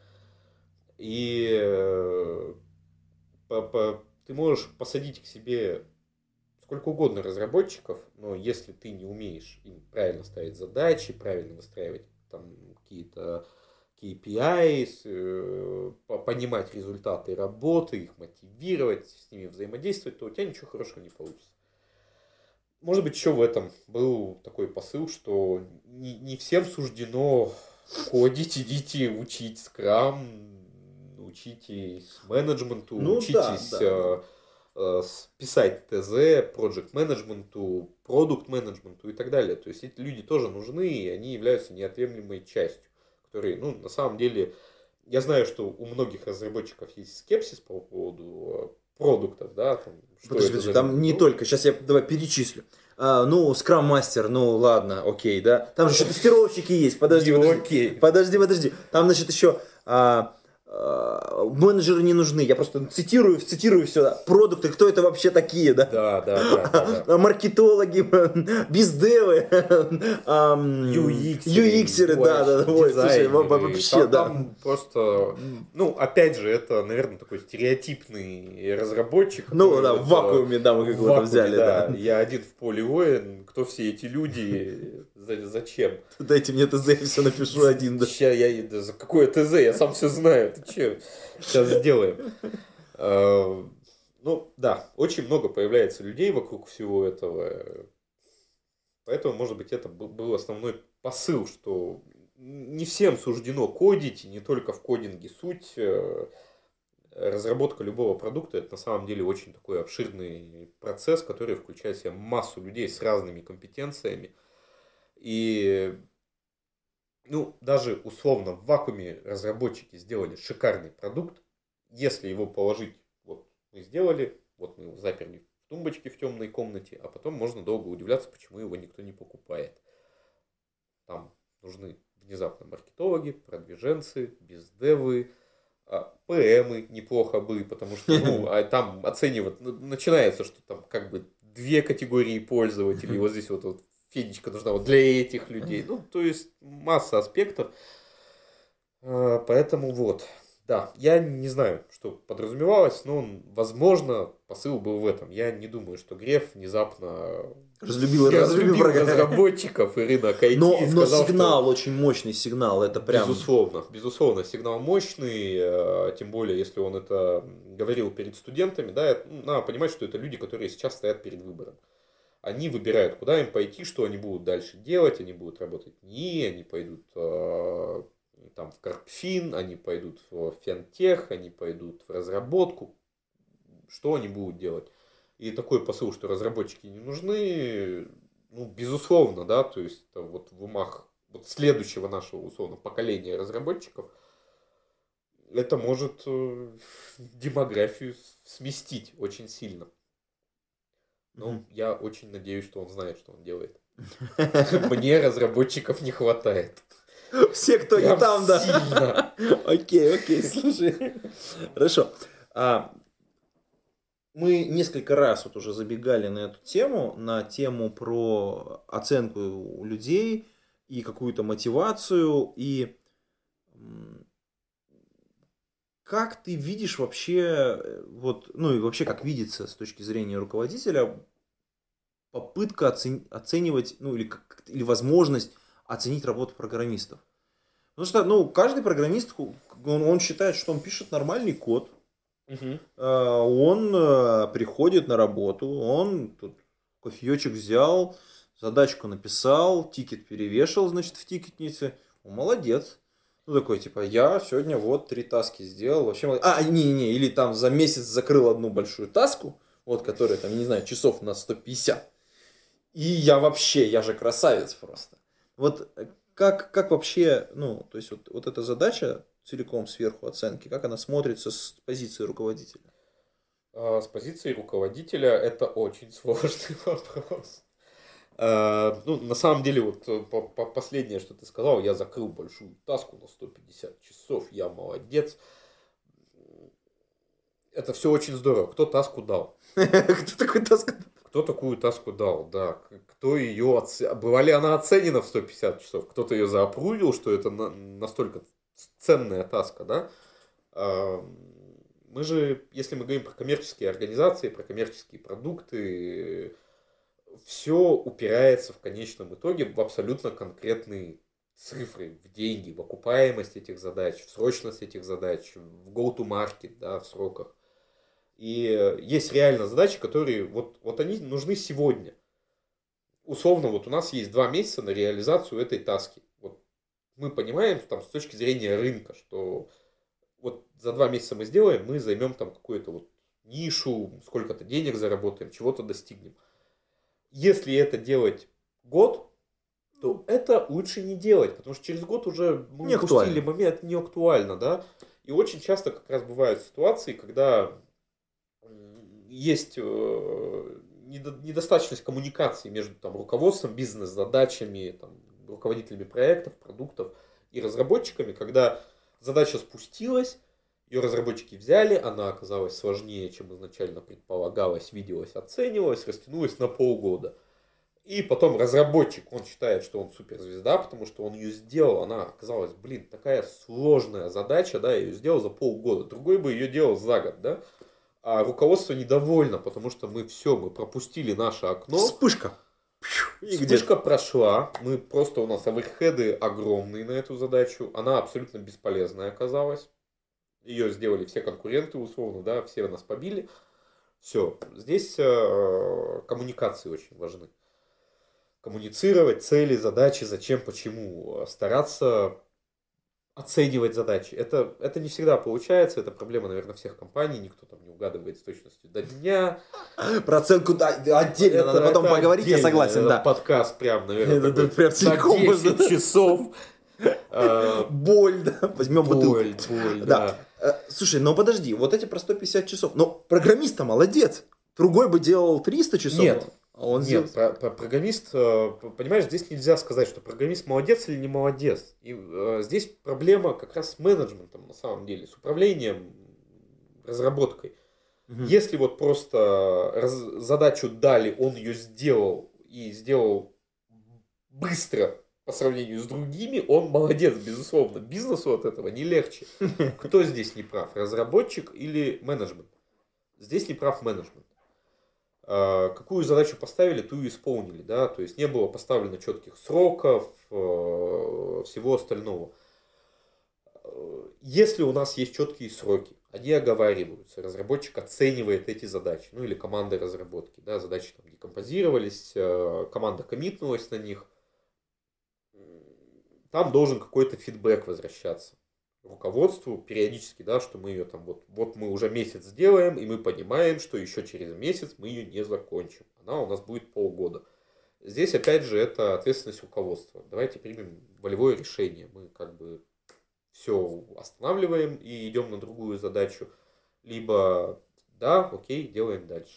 И э, по, по, ты можешь посадить к себе сколько угодно разработчиков, но если ты не умеешь им правильно ставить задачи, правильно выстраивать там какие-то кей пи ай, э, понимать результаты работы, их мотивировать, с ними взаимодействовать, то у тебя ничего хорошего не получится. Может быть, еще в этом был такой посыл, что не, не всем суждено кодить, идите учить скрам, учитесь менеджменту, ну, учитесь да, да. писать ТЗ, project менеджменту, продукт менеджменту и так далее. То есть эти люди тоже нужны, и они являются неотъемлемой частью, которые, ну, на самом деле, я знаю, что у многих разработчиков есть скепсис по поводу продуктов, да, там, что Подожди, это подожди, за там люди. не Ну, только, сейчас я давай перечислю. А, ну, Scrum Master, ну ладно, окей, да. Там же еще тестировщики есть, подожди, Не подожди. окей. Подожди, подожди. Там, значит, еще а, а, менеджеры не нужны. Я просто цитирую, цитирую все. Да. Продукты, кто это вообще такие, да? Да, да, да, да, да. Маркетологи, бездевы, ам, ю экс, ю экс-еры, да, да, да. Ой, слушай, дизайнеры. вообще, Там- да. Там просто, ну, опять же, это, наверное, такой стереотипный разработчик. Ну который да, вот, в вакууме, да, мы в какого-то вакууме, взяли, да. Я один в поле воин, кто все эти люди, за- зачем? Дайте мне ТЗ, я все напишу один, да. Ща я, да за какое ТЗ, я сам все знаю, ты че? Сейчас сделаем. Э, Ну, да, очень много появляется людей вокруг всего этого. Поэтому, может быть, это был был основной посыл, что не всем суждено кодить, и не только в кодинге суть. Э, Разработка любого продукта — это на самом деле очень такой обширный процесс, который включает в себя массу людей с разными компетенциями. И, ну, даже условно в вакууме разработчики сделали шикарный продукт. Если его положить, вот мы сделали, вот мы его заперли в тумбочке в темной комнате, а потом можно долго удивляться, почему его никто не покупает. Там нужны внезапно маркетологи, продвиженцы, бездевы, а, ПМы неплохо бы, потому что, ну, а там оценивать, ну, начинается, что там как бы две категории пользователей, вот здесь вот, вот фенечка нужна вот для этих людей, ну, то есть масса аспектов. А, Поэтому вот, да, я не знаю, что подразумевалось, но, возможно, посыл был в этом. Я не думаю, что Греф внезапно Разлюбил, разлюбил разлюбил программу. разработчиков и рынок ай ти. Но, и но сказал, сигнал, что... очень мощный сигнал, это прям... Безусловно, безусловно, сигнал мощный, э, тем более, если он это говорил перед студентами, да, это- ну, надо понимать, что это люди, которые сейчас стоят перед выбором. Они выбирают, куда им пойти, что они будут дальше делать, они будут работать в НИИ, они пойдут э, там, в Карпфин, они пойдут в Фентех, они пойдут в разработку, что они будут делать. И такой посыл, что разработчики не нужны, ну, безусловно, да, то есть это вот в умах вот следующего нашего, условно, поколения разработчиков, это может э, демографию сместить очень сильно. Но Мгм. я очень надеюсь, что он знает, что он делает. Мне разработчиков не хватает. Все, кто не Прям там, да. сильно. Окей, окей, слушай. Хорошо. А, мы несколько раз вот уже забегали на эту тему, на тему про оценку у людей и какую-то мотивацию. И м, как ты видишь вообще, э, вот, ну и вообще как видится с точки зрения руководителя попытка оцен- оценивать, ну или, как- или возможность оценить работу программистов? Потому что, ну, каждый программист, ху- он, он считает, что он пишет нормальный код, Мгм. э, он э, приходит на работу, он тут кофеечек взял, задачку написал, тикет перевешал, значит, в тикетнице. Он молодец. Ну, такой, типа, я сегодня вот три таски сделал, вообще молодец. А, не-не, или там за месяц закрыл одну большую таску, вот, которая, там, я не знаю, часов на сто пятьдесят. И я вообще, я же красавец просто. Вот э, как, как вообще, ну, то есть вот, вот эта задача целиком сверху оценки, как она смотрится с позиции руководителя? А, С позиции руководителя это очень сложный вопрос. А, Ну, на самом деле, вот э, по- по- последнее, что ты сказал, я закрыл большую таску на сто пятьдесят часов, я молодец. Это все очень здорово. Кто таску дал? Кто такой таск? Кто такую таску дал, да. К- Кто ее оце... Была ли она оценена в сто пятьдесят часов? Кто-то ее заапрувил, что это на- настолько ценная таска, да? А, Мы же, если мы говорим про коммерческие организации, про коммерческие продукты, все упирается в конечном итоге в абсолютно конкретные цифры, в деньги, в окупаемость этих задач, в срочность этих задач, в go-to-market, да, в сроках. И э, есть реально задачи, которые вот, вот они нужны сегодня. Условно, вот у нас есть два месяца на реализацию этой таски. Вот мы понимаем там, с точки зрения рынка, что вот за два месяца мы сделаем, мы займем там какое-то вот нишу, сколько-то денег заработаем, чего-то достигнем. Если это делать год, то это лучше не делать, потому что через год уже мы Не упустили актуально. момент, не актуально, да. И очень часто как раз бывают ситуации, когда есть э, недо- недостаточность коммуникации между там, руководством, бизнес-задачами, там, руководителями проектов, продуктов и разработчиками, когда задача спустилась, ее разработчики взяли, она оказалась сложнее, чем изначально предполагалось, виделась, оценивалась, растянулась на полгода. И потом разработчик, он считает, что он суперзвезда, потому что он ее сделал, она оказалась, блин, такая сложная задача, да, я ее сделал за полгода, другой бы ее делал за год, да. А руководство недовольно, потому что мы все, мы пропустили наше окно. Вспышка. И где? Вспышка прошла, мы просто, у нас оверхеды огромные на эту задачу, она абсолютно бесполезная оказалась. Ее сделали все конкуренты, условно, да, все нас побили. Все, здесь э, коммуникации очень важны. Коммуницировать цели, задачи, зачем, почему. Стараться оценивать задачи. Это, это не всегда получается, это проблема, наверное, всех компаний, никто там не угадывает с точностью до дня. Про оценку да, отдельно, Это- надо потом это поговорить, я отдельно, согласен, это да. подкаст прям, наверное, Это такой прям на целиком десять можно. часов. Э, Боль, да, возьмем бутылку. Боль, боль, Да. да. Э, Слушай, ну подожди, вот эти про сто пятьдесят часов, но программист-то молодец. Другой бы делал триста часов. Нет. А он сделал... Нет, про- про- программист, э, понимаешь, здесь нельзя сказать, что программист молодец или не молодец. И э, здесь проблема как раз с менеджментом, на самом деле, с управлением разработкой. Мгм. Если вот просто раз- задачу дали, он ее сделал и сделал быстро по сравнению с другими, он молодец, безусловно. Бизнесу от этого не легче. Кто здесь не прав, разработчик или менеджмент? Здесь не прав менеджмент. А, Какую задачу поставили, ту и исполнили, да, то есть не было поставлено четких сроков, э, всего остального. Э, Если у нас есть четкие сроки, они оговариваются, разработчик оценивает эти задачи, ну или команда разработки, да, задачи там декомпозировались, э, команда коммитнулась на них, там должен какой-то фидбэк возвращаться руководству периодически, да, что мы ее там вот, вот мы уже месяц сделаем, и мы понимаем, что еще через месяц мы ее не закончим. Она у нас будет полгода. Здесь, опять же, это ответственность руководства. Давайте примем волевое решение. Мы как бы все останавливаем и идем на другую задачу. Либо, да, окей, делаем дальше.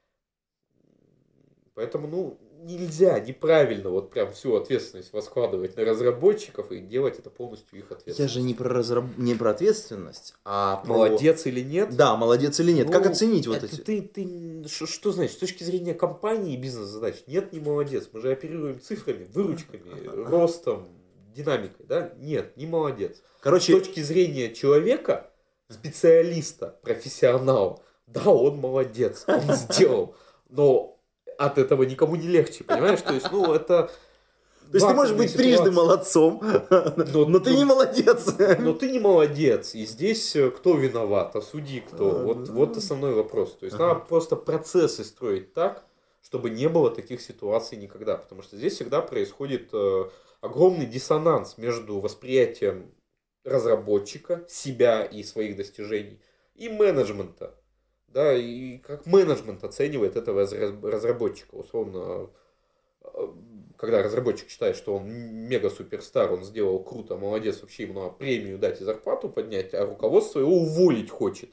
Поэтому, ну, нельзя, неправильно вот прям всю ответственность воскладывать на разработчиков и делать это полностью их Я ответственность. же не про, разраб... не про ответственность, а про... Молодец или нет? Да, молодец или нет. Ну, Как оценить вот это эти... Ты, ты, ш- что значит, с точки зрения компании и бизнес-задач? Нет, не молодец. Мы же оперируем цифрами, выручками, ростом, динамикой. Да? Нет, не молодец. С Короче, точки зрения человека, специалиста, профессионала, да, он молодец, он сделал. Но от этого никому не легче, понимаешь? То есть, ну, это... то есть ты можешь вакуумная быть трижды ситуация. молодцом, но, но ты ну, не молодец. Но ты не молодец. И здесь э, кто виноват, а судьи кто? А, Вот, ну. вот основной вопрос. То есть Ага. надо просто процессы строить так, чтобы не было таких ситуаций никогда. Потому что здесь всегда происходит э, огромный диссонанс между восприятием разработчика, себя и своих достижений, и менеджмента. Да, и как менеджмент оценивает этого разра- разработчика. Условно, э, когда разработчик считает, что он мега-суперстар, он сделал круто, молодец, вообще ему надо премию дать и зарплату поднять, а руководство его уволить хочет.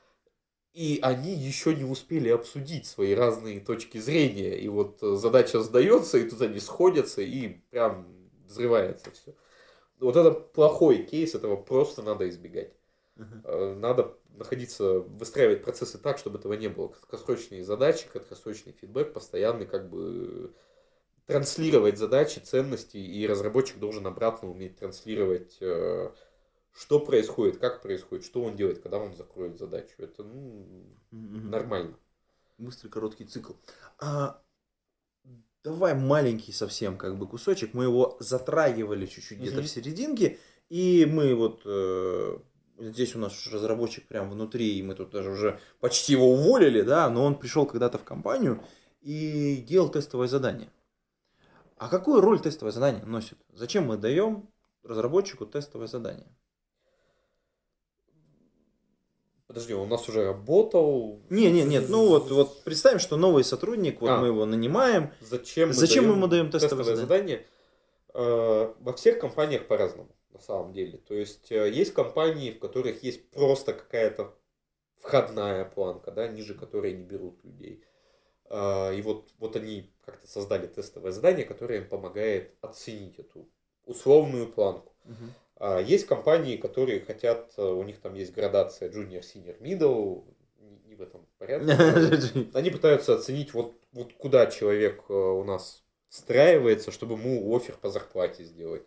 И они еще не успели обсудить свои разные точки зрения. И вот э, задача сдается, и тут они сходятся, и прям взрывается все. Вот это плохой кейс, этого просто надо избегать. Мгм. Э, Надо находиться, выстраивать процессы так, чтобы этого не было. Краткосрочные задачи, краткосрочный фидбэк, постоянный как бы транслировать задачи, ценности, и разработчик должен обратно уметь транслировать, э, что происходит, как происходит, что он делает, когда он закроет задачу. Это ну, Мгм. нормально. Быстрый короткий цикл. А, давай маленький совсем как бы кусочек. Мы его затрагивали чуть-чуть где-то Мгм. в серединке. И мы вот э, здесь у нас уж разработчик прям внутри, и мы тут даже уже почти его уволили, да, но он пришел когда-то в компанию и делал тестовое задание. А какую роль тестовое задание носит? Зачем мы даем разработчику тестовое задание? Подожди, он у нас уже работал. Не, не, нет, ну вот, вот представим, что новый сотрудник, вот а, мы его нанимаем. Зачем мы Зачем даем мы ему даем тестовое, тестовое задание? задание? Во всех компаниях по-разному, на самом деле. То есть есть компании, в которых есть просто какая-то входная планка, да, ниже которой не берут людей. И вот, вот они как-то создали тестовое задание, которое им помогает оценить эту условную планку. Угу. Есть компании, которые хотят, у них там есть градация junior, senior, middle, не в этом порядке. Они пытаются оценить, вот, вот куда человек у нас встраивается, чтобы ему оффер по зарплате сделать.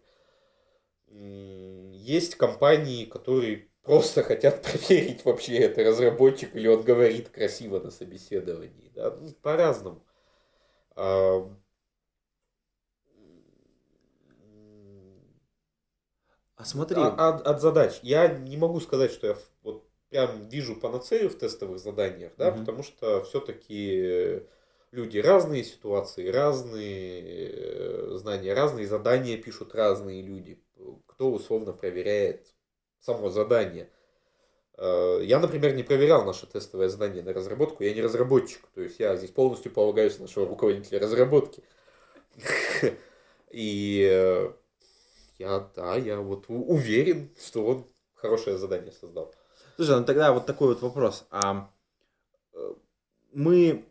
Есть компании, которые просто хотят проверить, вообще это разработчик или он говорит красиво на собеседовании. Да? По-разному. А смотри. От, от задач. Я не могу сказать, что я вот прям вижу панацею в тестовых заданиях, да, угу. Потому что все-таки люди разные, ситуации разные, знания разные, задания пишут разные люди. Кто условно проверяет само задание. Я, например, не проверял наше тестовое задание на разработку, я не разработчик, то есть я здесь полностью полагаюсь на нашего руководителя разработки. И я, да, я вот уверен, что он хорошее задание создал. Слушай, ну тогда вот такой вот вопрос. А мы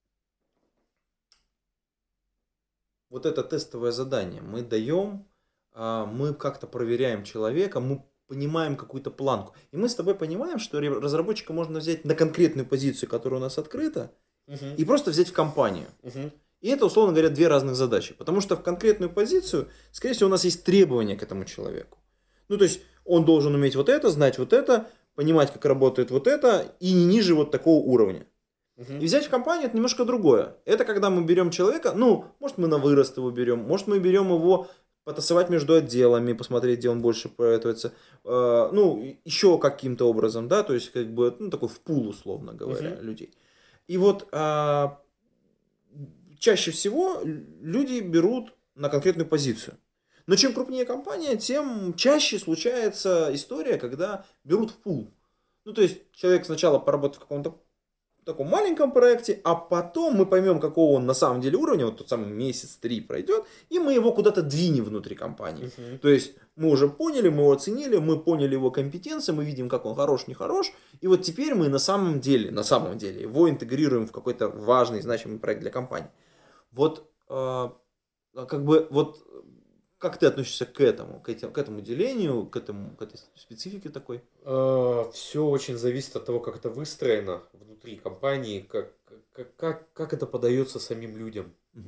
вот это тестовое задание мы даем, мы как-то проверяем человека, мы понимаем какую-то планку. И мы с тобой понимаем, что разработчика можно взять на конкретную позицию, которая у нас открыта, uh-huh. и просто взять в компанию. Uh-huh. И это, условно говоря, две разных задачи. Потому что в конкретную позицию, скорее всего, у нас есть требования к этому человеку. Ну, то есть, он должен уметь вот это, знать вот это, понимать, как работает вот это, и не ниже вот такого уровня. Uh-huh. И взять в компанию — это немножко другое. Это когда мы берем человека, ну, может, мы на вырост его берем, может, мы берем его потасовать между отделами, посмотреть, где он больше проявляется, э, ну, еще каким-то образом, да, то есть, как бы, ну, такой в пул, условно говоря, uh-huh. людей. И вот э, чаще всего люди берут на конкретную позицию. Но чем крупнее компания, тем чаще случается история, когда берут в пул. Ну, то есть, человек сначала поработает в каком-то таком маленьком проекте, а потом мы поймем, какого он на самом деле уровня, вот тот самый месяц-три пройдет, и мы его куда-то двинем внутри компании. Uh-huh. То есть мы уже поняли, мы его оценили, мы поняли его компетенции, мы видим, как он хорош, не хорош, и вот теперь мы на самом деле, на самом деле его интегрируем в какой-то важный, значимый проект для компании. Вот э, как бы вот как ты относишься к этому, к, этим, к этому делению, к, этому, к этой специфике такой? Все очень зависит от того, как это выстроено внутри компании, как, как, как, как это подается самим людям. Угу.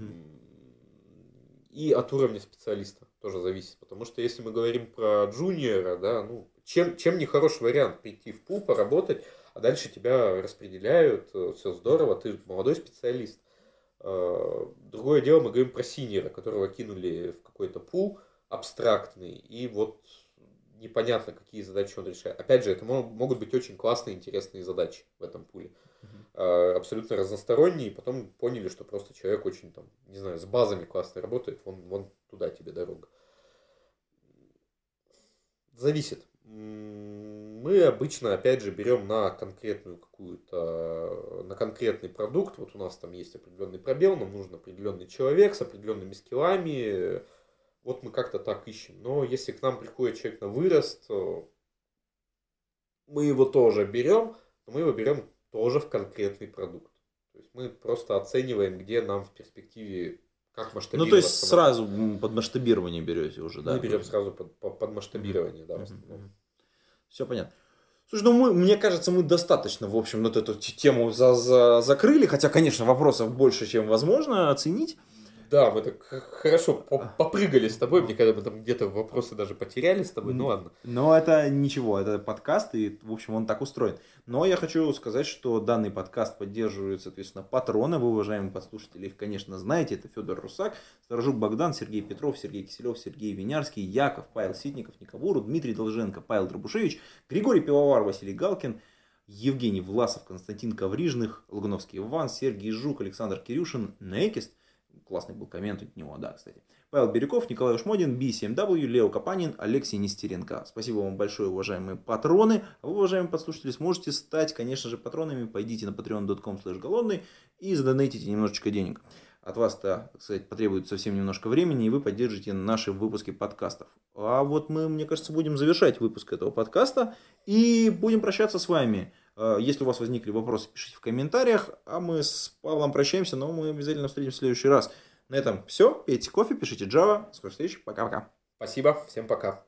И от уровня специалиста тоже зависит. Потому что если мы говорим про джуниора, да, ну, чем, чем не хороший вариант прийти в пул, поработать, а дальше тебя распределяют, все здорово, ты молодой специалист. Другое дело, мы говорим про синьора, которого кинули в какой-то пул абстрактный, и вот непонятно, какие задачи он решает. Опять же, это могут быть очень классные, интересные задачи в этом пуле. Uh-huh. Абсолютно разносторонние, и потом поняли, что просто человек очень, там, не знаю, с базами классно работает, вон, вон туда тебе дорога. Зависит. Мы обычно, опять же, берем на конкретную какую-то, на конкретный продукт. Вот у нас там есть определенный пробел, нам нужен определенный человек с определенными скиллами. Вот мы как-то так ищем. Но если к нам приходит человек на вырост, мы его тоже берем, но мы его берем тоже в конкретный продукт. То есть мы просто оцениваем, где нам в перспективе как масштабироваться. Ну, то есть сразу под масштабирование берете уже, да? Мы берем сразу под, под, под масштабирование, да, в основном. Все понятно. Слушай, ну мы, мне кажется, мы достаточно, в общем, вот эту тему за, за, закрыли, хотя, конечно, вопросов больше, чем возможно оценить. Да, мы так хорошо попрыгали с тобой, мне кажется, мы там где-то вопросы даже потеряли с тобой, ну ладно. Но это ничего, это подкаст, и, в общем, он так устроен. Но я хочу сказать, что данный подкаст поддерживает, соответственно, патроны, вы, уважаемые подслушатели, их, конечно, знаете, это Федор Русак, Сторожук Богдан, Сергей Петров, Сергей Киселев, Сергей Винярский, Яков, Павел Ситников, Никобуру, Дмитрий Долженко, Павел Дробушевич, Григорий Пивовар, Василий Галкин, Евгений Власов, Константин Коврижных, Лугановский Иван, Сергей Жук, Александр Кирюшин, Некист. Классный был коммент от него, да, кстати. Павел Бирюков, Николай Ушмодин, би семь дабл ю, Лео Капанин, Алексей Нестеренко. Спасибо вам большое, уважаемые патроны. А вы, уважаемые подслушатели, сможете стать, конечно же, патронами. Пойдите на patreon точка com слэш голодный и задонатите немножечко денег. От вас-то, так сказать, потребуется совсем немножко времени, и вы поддержите наши выпуски подкастов. А вот мы, мне кажется, будем завершать выпуск этого подкаста и будем прощаться с вами. Если у вас возникли вопросы, пишите в комментариях, а мы с Павлом прощаемся, но мы обязательно встретимся в следующий раз. На этом все. Пейте кофе, пишите Java. До скорой встречи. Пока-пока. Спасибо. Всем пока.